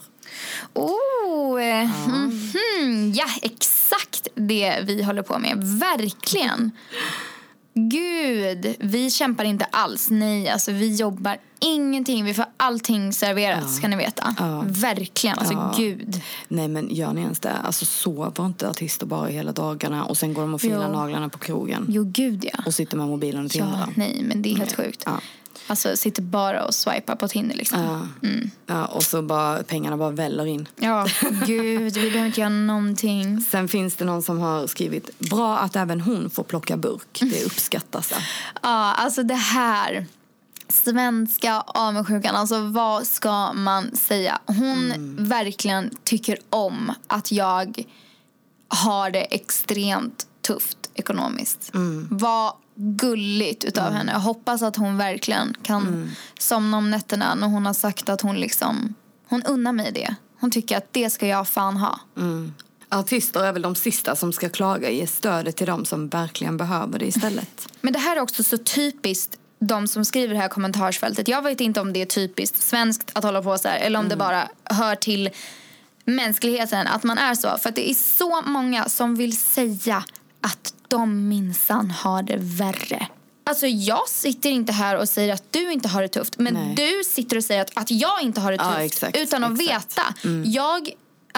Ja, exakt det vi håller på med. Verkligen. Gud, vi kämpar inte alls. Nej, alltså vi jobbar ingenting. Vi får allting serverat, ska ni veta. Verkligen, alltså gud. Nej, men gör ni ens det? Alltså sover inte artister bara hela dagarna och sen går de och filar naglarna på krogen? Jo, gud ja. Och sitter med mobilen och tindrar? Ja, nej, men det är helt sjukt. Ja. Alltså sitter bara och swipar på Tinder liksom. Ja, och så bara pengarna bara väller in. Ja, gud, vi behöver inte göra någonting. Sen finns det någon som har skrivit: bra att även hon får plocka burk. Det uppskattas. Ja, alltså det här svenska avundsjukan, alltså vad ska man säga? Hon verkligen tycker om att jag har det extremt tufft ekonomiskt. Vad gulligt utav henne. Jag hoppas att hon verkligen kan somna om nätterna när hon har sagt att hon liksom, hon unnar mig det. Hon tycker att det ska jag fan ha. Artister är väl de sista som ska klaga, ge stödet till dem som verkligen behöver det istället. Men det här är också så typiskt de som skriver det här kommentarsfältet. Jag vet inte om det är typiskt svenskt att hålla på så här, eller om det bara hör till mänskligheten att man är så. För att det är så många som vill säga att de minsann har det värre. Alltså jag sitter inte här och säger att du inte har det tufft. Men du sitter och säger att jag inte har det tufft. Exakt, utan att veta. Jag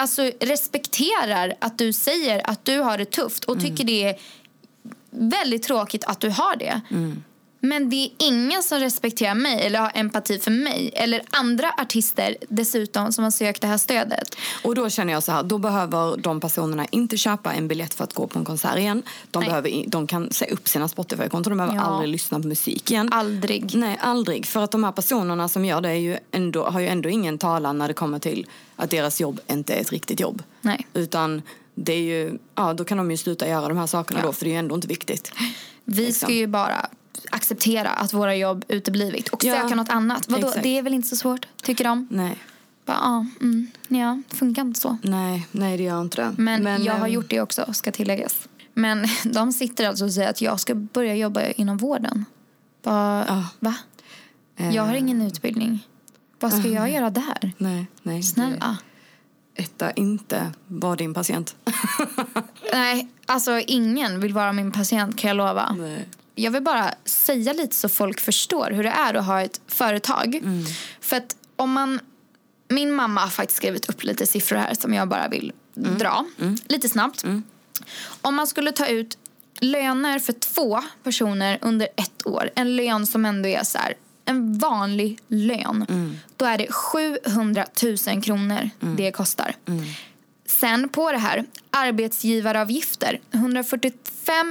respekterar att du säger att du har det tufft. Och tycker det är väldigt tråkigt att du har det. Men det är ingen som respekterar mig eller har empati för mig eller andra artister dessutom som har sökt det här stödet. Och då känner jag så här, då behöver de personerna inte köpa en biljett för att gå på en konsert igen. De kan säga upp sina Spotify-konton, de behöver aldrig lyssna på musik igen. Aldrig. Nej, aldrig. För att de här personerna som gör det har ju ändå ingen talan när det kommer till att deras jobb inte är ett riktigt jobb. Nej. Utan det är ju, då kan de ju sluta göra de här sakerna då, för det är ju ändå inte viktigt. Vi ska ju bara acceptera att våra jobb uteblivit och söka något annat. Vadå? Det är väl inte så svårt, tycker de? Nej. Ja, det funkar inte så. Nej, det gör inte det. Men jag har gjort det också, ska tilläggas. Men de sitter alltså och säger att jag ska börja jobba inom vården. Va? Jag har ingen utbildning. Vad ska jag göra där? Nej. Snälla. Etta inte var din patient. Nej, alltså ingen vill vara min patient, kan jag lova. Nej. Jag vill bara säga lite så folk förstår hur det är att ha ett företag. För att min mamma har faktiskt skrivit upp lite siffror här som jag bara vill dra lite snabbt. Om man skulle ta ut löner för 2 personer under 1 år, en lön som ändå är så här, en vanlig lön, då är det 700 000 kronor det kostar. Sen på det här, arbetsgivaravgifter, 145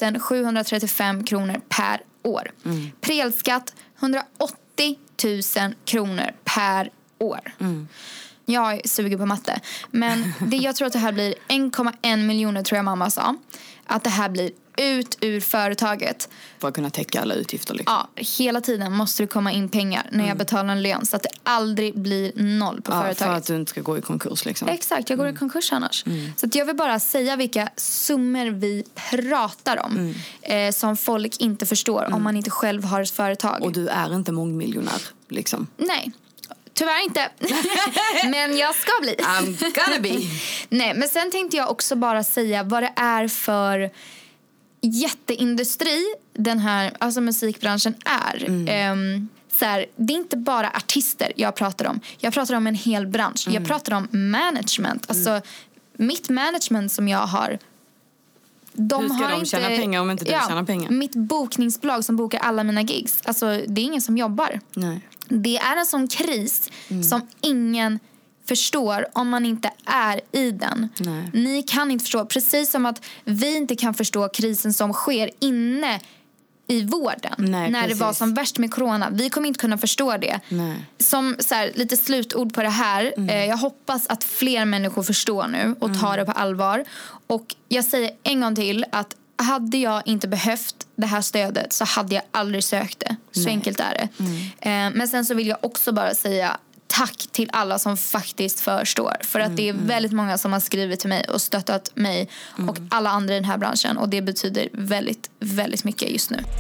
735 kronor per år. Prelskatt, 180 000 kronor per år. Jag är sugen på matte. Men jag tror att det här blir 1,1 miljoner, tror jag mamma sa. Att det här blir ut ur företaget. För att kunna täcka alla utgifter liksom. Ja, hela tiden måste det komma in pengar när jag betalar en lön. Så att det aldrig blir noll på företaget. För att du inte ska gå i konkurs liksom. Exakt, jag går i konkurs annars. Så att jag vill bara säga vilka summor vi pratar om. Som folk inte förstår om man inte själv har ett företag. Och du är inte mångmiljonär liksom. Nej. Tyvärr inte. Men jag ska bli. I'm gonna be. Nej, men sen tänkte jag också bara säga vad det är för jätteindustri den här musikbranschen är. Så här, det är inte bara artister jag pratar om. Jag pratar om en hel bransch. Jag pratar om management. Alltså mitt management som jag har. Hur ska de tjäna pengar om inte du tjänar pengar? Mitt bokningsbolag som bokar alla mina gigs. Alltså det är ingen som jobbar. Nej. Det är en sån kris som ingen förstår om man inte är i den. Nej. Ni kan inte förstå, precis som att vi inte kan förstå krisen som sker inne i vården. Nej, när det var som värst med corona. Vi kommer inte kunna förstå det. Nej. Som så här, lite slutord på det här. Jag hoppas att fler människor förstår nu och tar det på allvar. Och jag säger en gång till att hade jag inte behövt det här stödet så hade jag aldrig sökt det. Så enkelt är det. Men sen så vill jag också bara säga tack till alla som faktiskt förstår. För att det är väldigt många som har skrivit till mig och stöttat mig och alla andra i den här branschen. Och det betyder väldigt, väldigt mycket just nu.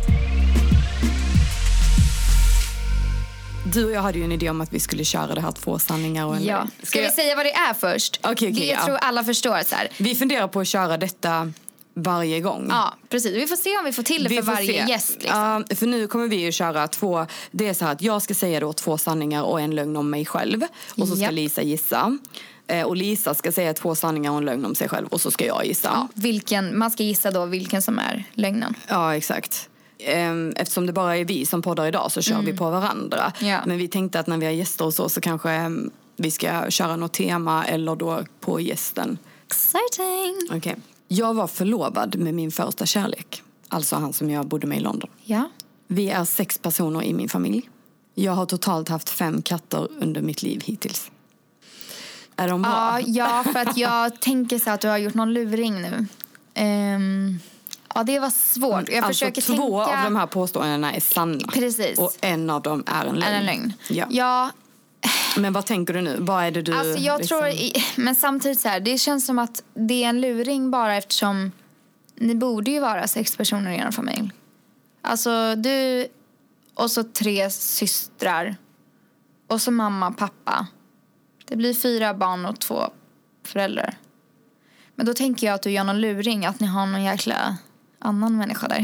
Du och jag hade ju en idé om att vi skulle köra det här 2 sanningar och en Ja. Ska vi säga vad det är först? Okej, det tror alla förstår så här. Vi funderar på att köra detta varje gång. Ja, precis. Vi får se om vi får till det för varje gäst. Liksom. För nu kommer vi ju köra 2. Det är så här att jag ska säga då 2 sanningar och en lögn om mig själv. Och så ska Lisa gissa. Och Lisa ska säga 2 sanningar och en lögn om sig själv. Och så ska jag gissa. Ja, man ska gissa då vilken som är lögnen. Ja, exakt. Eftersom det bara är vi som poddar idag så kör vi på varandra. Ja. Men vi tänkte att när vi har gäster och så kanske vi ska köra något tema eller då på gästen. Exciting! Okej. Jag var förlovad med min första kärlek. Alltså han som jag bodde med i London. Ja. Vi är 6 personer i min familj. Jag har totalt haft 5 katter under mitt liv hittills. Är de bra? Ja, för att jag tänker så att du har gjort någon luring nu. Ja, det var svårt. Jag försöker 2 av de här påståendena är sanna. Precis. Och en av dem är en lögn. Ja. Men vad tänker du nu? Vad är det du... Alltså jag tror... Men samtidigt så här, det känns som att det är en luring bara eftersom ni borde ju vara 6 personer i er familj. Alltså du och så 3 systrar och så mamma och pappa. Det blir 4 barn och 2 föräldrar. Men då tänker jag att du gör någon luring, att ni har någon jäkla annan människa där.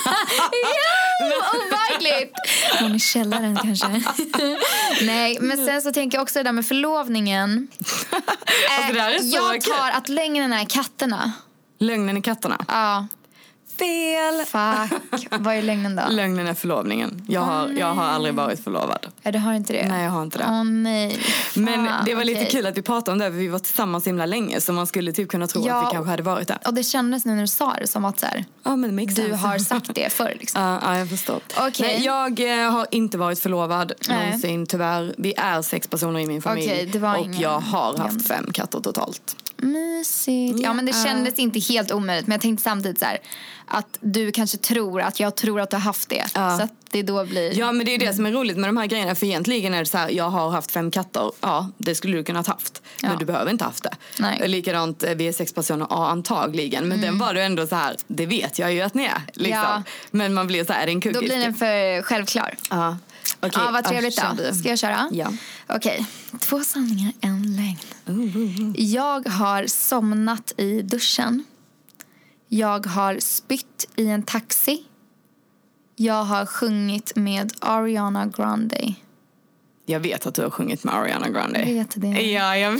Overkligt! Hon i källaren kanske. Nej, men sen så tänker jag också det där med förlovningen. Alltså, det här är så jag tar att lögnen är katterna. Lögnen är katterna? Ja. Fel! Fuck. Vad är lögnen då? Lögnen är förlovningen. Jag har aldrig varit förlovad. Du har inte det? Nej, jag har inte det. Åh nej. Men det var lite kul att vi pratade om det, för vi var tillsammans så himla länge, så man skulle typ kunna tro att vi kanske hade varit där. Och det kändes nu när du sa det som att så här, du har sagt det förr liksom. Ja, jag förstår. Okay. Nej, jag har inte varit förlovad någonsin, tyvärr. Vi är 6 personer i min familj. Och jag har haft 5 katter totalt. Mysigt. Ja, men det kändes inte helt omöjligt. Men jag tänkte samtidigt så här, att du kanske tror att jag tror att du har haft det. Så att det då blir... Ja, men det är det som är roligt med de här grejerna. För egentligen är det så här, jag har haft 5 katter. Ja, det skulle du kunna ha haft. Men du behöver inte haft det. Nej. Likadant, vi är 6 personer, antagligen. Men den var du ändå så här, det vet jag ju att ni är. Liksom. Ja. Men man blir så här, är det en kuggis? Då blir den för självklar. Ja. Okay. Ja, vad trevligt då. Ska jag köra? Ja. Okej, 2 sanningar, en lögn. Jag har somnat i duschen. Jag har spytt i en taxi. Jag har sjungit med Ariana Grande. Jag vet att du har sjungit med Ariana Grande. Vet det? Ja, jag vet.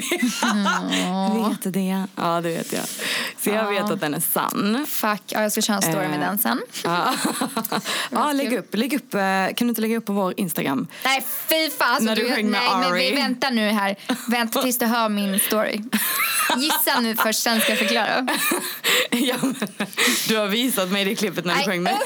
Vet det? Ja, det vet jag. Så jag vet att den är sann. Fuck, jag ska köra en story med den sen. Lägg upp. Kan du inte lägga upp på vår Instagram? Nej, fy fan. När du sjöng med Ari. Men vi väntar nu här. Vänta tills du hör min story. Gissa nu först, sen ska jag förklara. Ja, men du har visat mig det klippet när du sjöng med.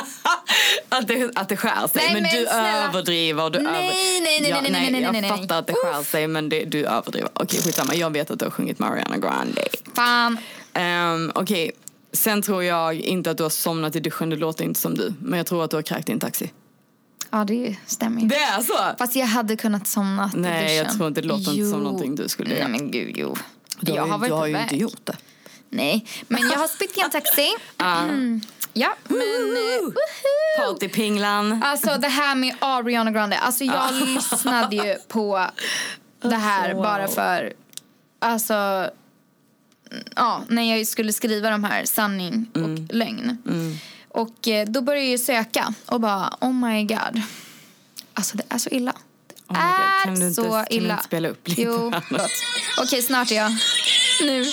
Att det skär sig. Nej, men du överdriver. Nej. Jag fattar att det skär sig, men du överdriver. Okej, skitsamma. Jag vet att du har sjungit Ariana Grande. Fan. Okej. Sen tror jag inte att du har somnat i duschen. Det låter inte som du. Men jag tror att du har kräkt i en taxi. Ja, det stämmer ju. Det är så? Fast jag hade kunnat somna i duschen. Nej, jag tror inte det låter inte som någonting du skulle göra. Nej, men gud, jo. Du har ju inte gjort det. Nej, men jag har spytt i en taxi. Ja, men... Partypinglan. Alltså det här med Ariana Grande. Alltså jag lyssnade ju på det här bara för... Alltså... Ja, när jag skulle skriva de här sanning och lögn. Och då började jag söka och bara, oh my god. Alltså det är så illa. Det kan du inte spela upp lite? Jo. Okej, snart är jag. Nu.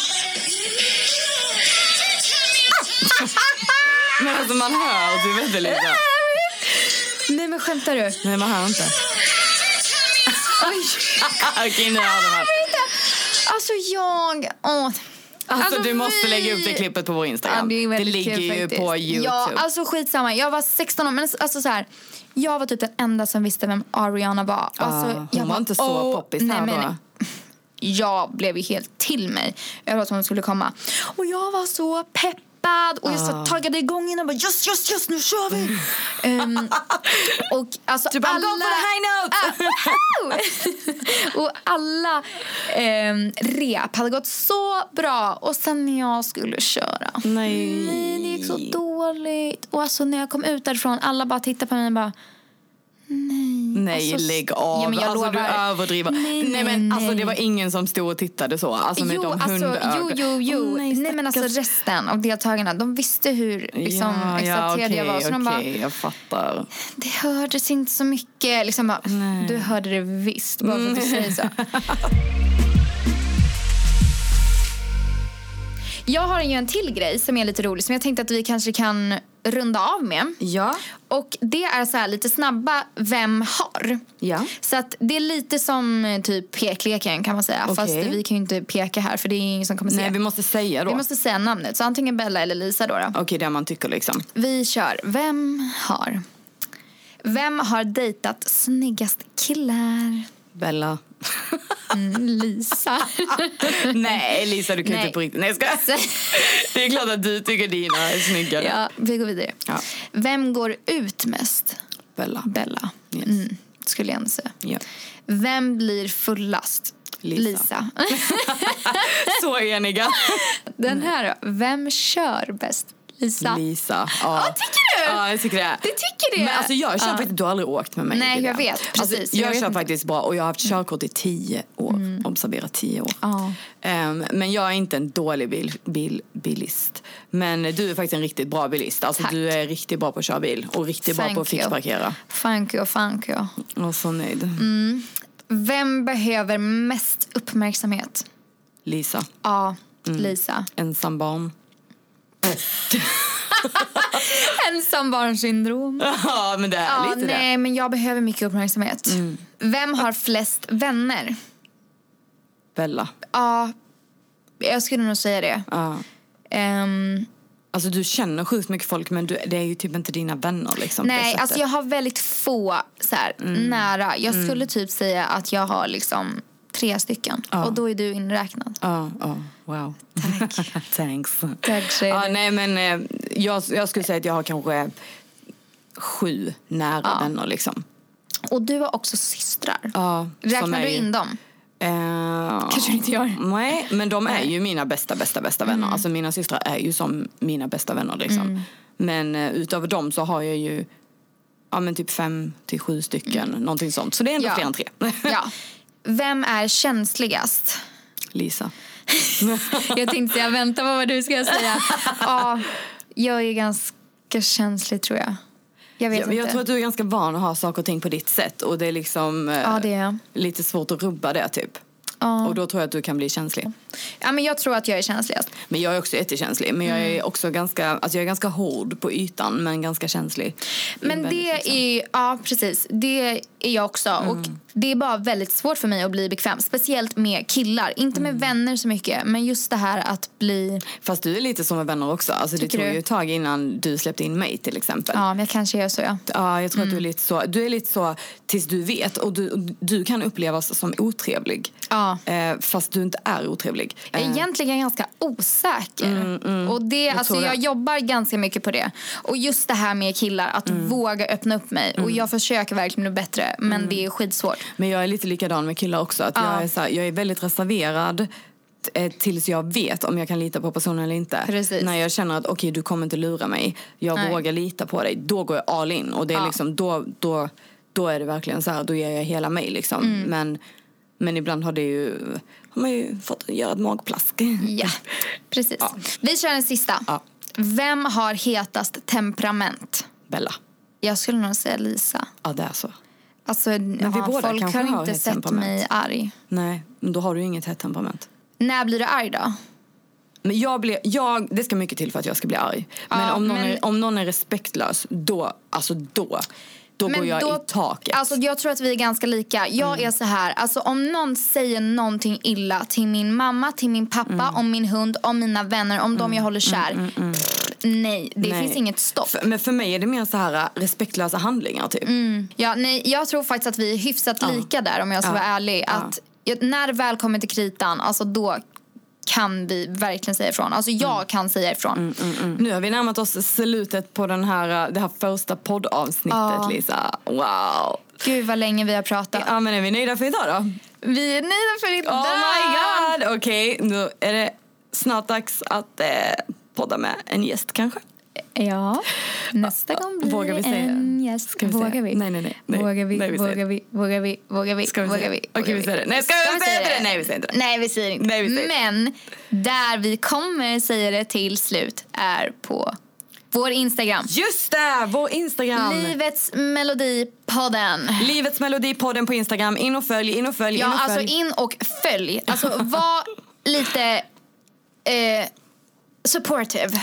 Men alltså man hör, du vet det lite. Nej, men skämtar du? Nej, man hör inte. Okej, nu hör man. Alltså jag... Alltså du måste lägga upp det klippet på vår Instagram. Ja, det ligger kul, ju faktiskt. på YouTube. Ja, alltså skitsamma. Jag var 16 år, men alltså så här, jag var typ den enda som visste vem Ariana var. Alltså, hon var inte så poppis här då. Jag blev ju helt till mig över att hon skulle komma. Och jag var så peppad. Och jag så taggade igång innan och bara, just, nu kör vi. Och alltså du bara, go for the high note. Och alla rep hade gått så bra. Och sen när jag skulle köra, nej, det gick så dåligt. Och alltså när jag kom ut därifrån, alla bara tittade på mig och bara, Nej, alltså, lägg av. Ja, men jag alltså, lovar. Du överdriver. Nej, men alltså det var ingen som stod och tittade så. Alltså med de hundögon. Jo. Nej, men alltså resten av deltagarna, de visste hur liksom, exalterad jag var. Så de bara, jag fattar. Det hördes inte så mycket. Liksom bara, du hörde det visst, bara för att du säger så. Jag har ju en till grej som är lite rolig, som jag tänkte att vi kanske kan runda av med. Ja. Och det är så här lite snabba, vem har? Ja. Så att det är lite som typ pekleken kan man säga. Okay. Fast vi kan ju inte peka här för det är ingen som kommer se. Nej, vi måste säga då. Vi måste säga namnet, så antingen Bella eller Lisa då. Okej, det man tycker liksom. Vi kör, vem har dejtat snyggast killar? Bella. Lisa. Nej, Lisa, du kan inte på riktigt. Nej, det är klart att du tycker dina är snyggare. Ja, vi går vidare. Ja. Vem går ut mest? Bella. Yes. Skulle jag ändå säga. Ja. Vem blir fullast? Lisa. Så eniga. Den här då. Vem kör bäst? Lisa. Ja, tycker du? Ja, jag tycker det. Du tycker det? Men alltså jag kör faktiskt, du har aldrig åkt med mig. Nej, jag vet. Precis. Alltså, jag kör faktiskt bra och jag har haft körkort i 10 år. Observera 10 år. Men jag är inte en dålig bilist. Men du är faktiskt en riktigt bra bilist. Alltså du är riktigt bra på att köra bil och riktigt bra på att fixparkera. Thank you. Jag är så nöjd. Vem behöver mest uppmärksamhet? Lisa. Ja, Lisa. Ensam barn. Ensambarnsyndrom. Ja, men det är lite det. Nej, men jag behöver mycket uppmärksamhet. Vem har flest vänner? Bella. Ja, jag skulle nog säga det. Ja. Alltså du känner sjukt mycket folk, men det är ju typ inte dina vänner liksom. Nej, alltså jag har väldigt få så här, nära. Jag skulle typ säga att jag har liksom 3 stycken. Och då är du inräknad. Wow. Tack. Thanks. Tack. Nej, men jag skulle säga att jag har kanske 7 nära vänner liksom. Och du har också systrar. Ja. Räknar du in dem? Kanske inte gör. Nej, men de är ju mina bästa vänner. Alltså mina systrar är ju som mina bästa vänner liksom. Men utöver dem så har jag ju men typ 5 till 7 stycken, någonting sånt. Så det är ändå fler än 3. Ja. Vem är känsligast? Lisa. Jag tänkte jag väntar på vad du ska säga. Jag är ganska känslig, tror jag. Jag tror att du är ganska van att ha saker och ting på ditt sätt. Och det är liksom det är. Lite svårt att rubba det typ. Och då tror jag att du kan bli känslig. Ja, men jag tror att jag är känsligast. Men jag är också jättekänslig. Men jag är också jag är ganska hård på ytan, men ganska känslig. Men det är, precis. Det är jag också. Och det är bara väldigt svårt för mig att bli bekväm. Speciellt med killar. Inte med vänner så mycket. Men just det här att bli... Fast du är lite som med vänner också. Alltså det tog ju ett tag innan du släppte in mig till exempel. Ja, men jag kanske gör så, Ja, jag tror att du är lite så. Du är lite så tills du vet. Och du kan upplevas som otrevlig. Ja. Fast du inte är otrevlig. Egentligen ganska osäker. Och det, jag jobbar ganska mycket på det. Och just det här med killar, att våga öppna upp mig. Och jag försöker verkligen bli bättre. Men det är skitsvårt. Men jag är lite likadan med killar också. Att jag är väldigt reserverad tills jag vet om jag kan lita på personen eller inte. Precis. När jag känner att okej, du kommer inte lura mig. Jag vågar lita på dig. Då går jag all in. Och det är liksom, då är det verkligen så här. Då ger jag hela mig liksom. Men ibland har man ju fått göra ett magplask. Ja, precis. Ja. Vi kör den sista. Ja. Vem har hetast temperament? Bella. Jag skulle nog säga Lisa. Ja, det är så. Alltså, folk har inte sett mig arg. Nej, men då har du inget hett temperament. När blir du arg då? Men det ska mycket till för att jag ska bli arg. Men om någon är respektlös, då går jag i taket. Alltså jag tror att vi är ganska lika. Jag är så här, alltså om någon säger någonting illa till min mamma, till min pappa, om min hund, om mina vänner, om dem jag håller kär. Nej, det finns inget stopp. Men för mig är det mer så här respektlösa handlingar typ. Ja, nej, jag tror faktiskt att vi är hyfsat lika där, om jag ska vara ärlig. Att när det väl kommer till kritan, alltså då kan vi verkligen säga ifrån. Alltså jag kan säga ifrån. Nu har vi närmat oss slutet på det här första poddavsnittet, Lisa. Wow. Gud vad länge vi har pratat. Ja, men är vi nöjda för idag då? Vi är nöjda för idag. Oh my god. Okej, nu är det snart dags att podda med en gäst kanske. Ja, nästa gång blir vågar vi säga en gäst. Ska vi vågar säga? vi? Nej. Vågar vi? Nej, Vågar vi? Ska vi säga? Okej, vi säger det. Nej, ska vi säga det? Nej, vi säger inte det. Nej, vi säger inte. Nej, vi säger Men där vi kommer säga det till slut är på vår Instagram. Just det, vår Instagram. Livets Melodipodden. Livets Melodipodden på Instagram. In och följ. Ja, alltså in och följ. Alltså var lite supportive.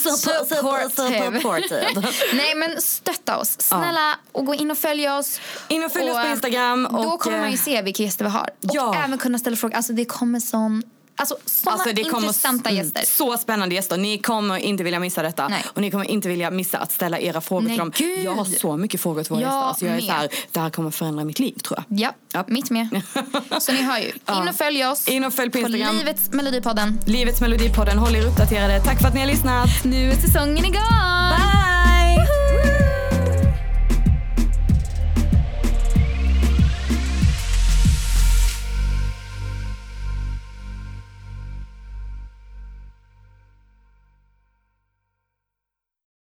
Nej, men stötta oss. Snälla, och gå in och följ oss. In och följ oss på Instagram. Och då kommer man ju se vilka gäster vi har. Och även kunna ställa frågor. Alltså det kommer såna det intressanta gäster. Så spännande gäster. Ni kommer inte vilja missa detta. Nej. Och ni kommer inte vilja missa att ställa era frågor till dem. Gud. Jag har så mycket frågor till våra gäster. Alltså jag är så här, det här kommer förändra mitt liv, tror jag. Ja, mitt med. Så ni hör ju. In och följ oss. In och följ på Instagram. Livets Melodipodden. Livets Melodipodden. Håll er uppdaterade. Tack för att ni har lyssnat. Nu är säsongen igång.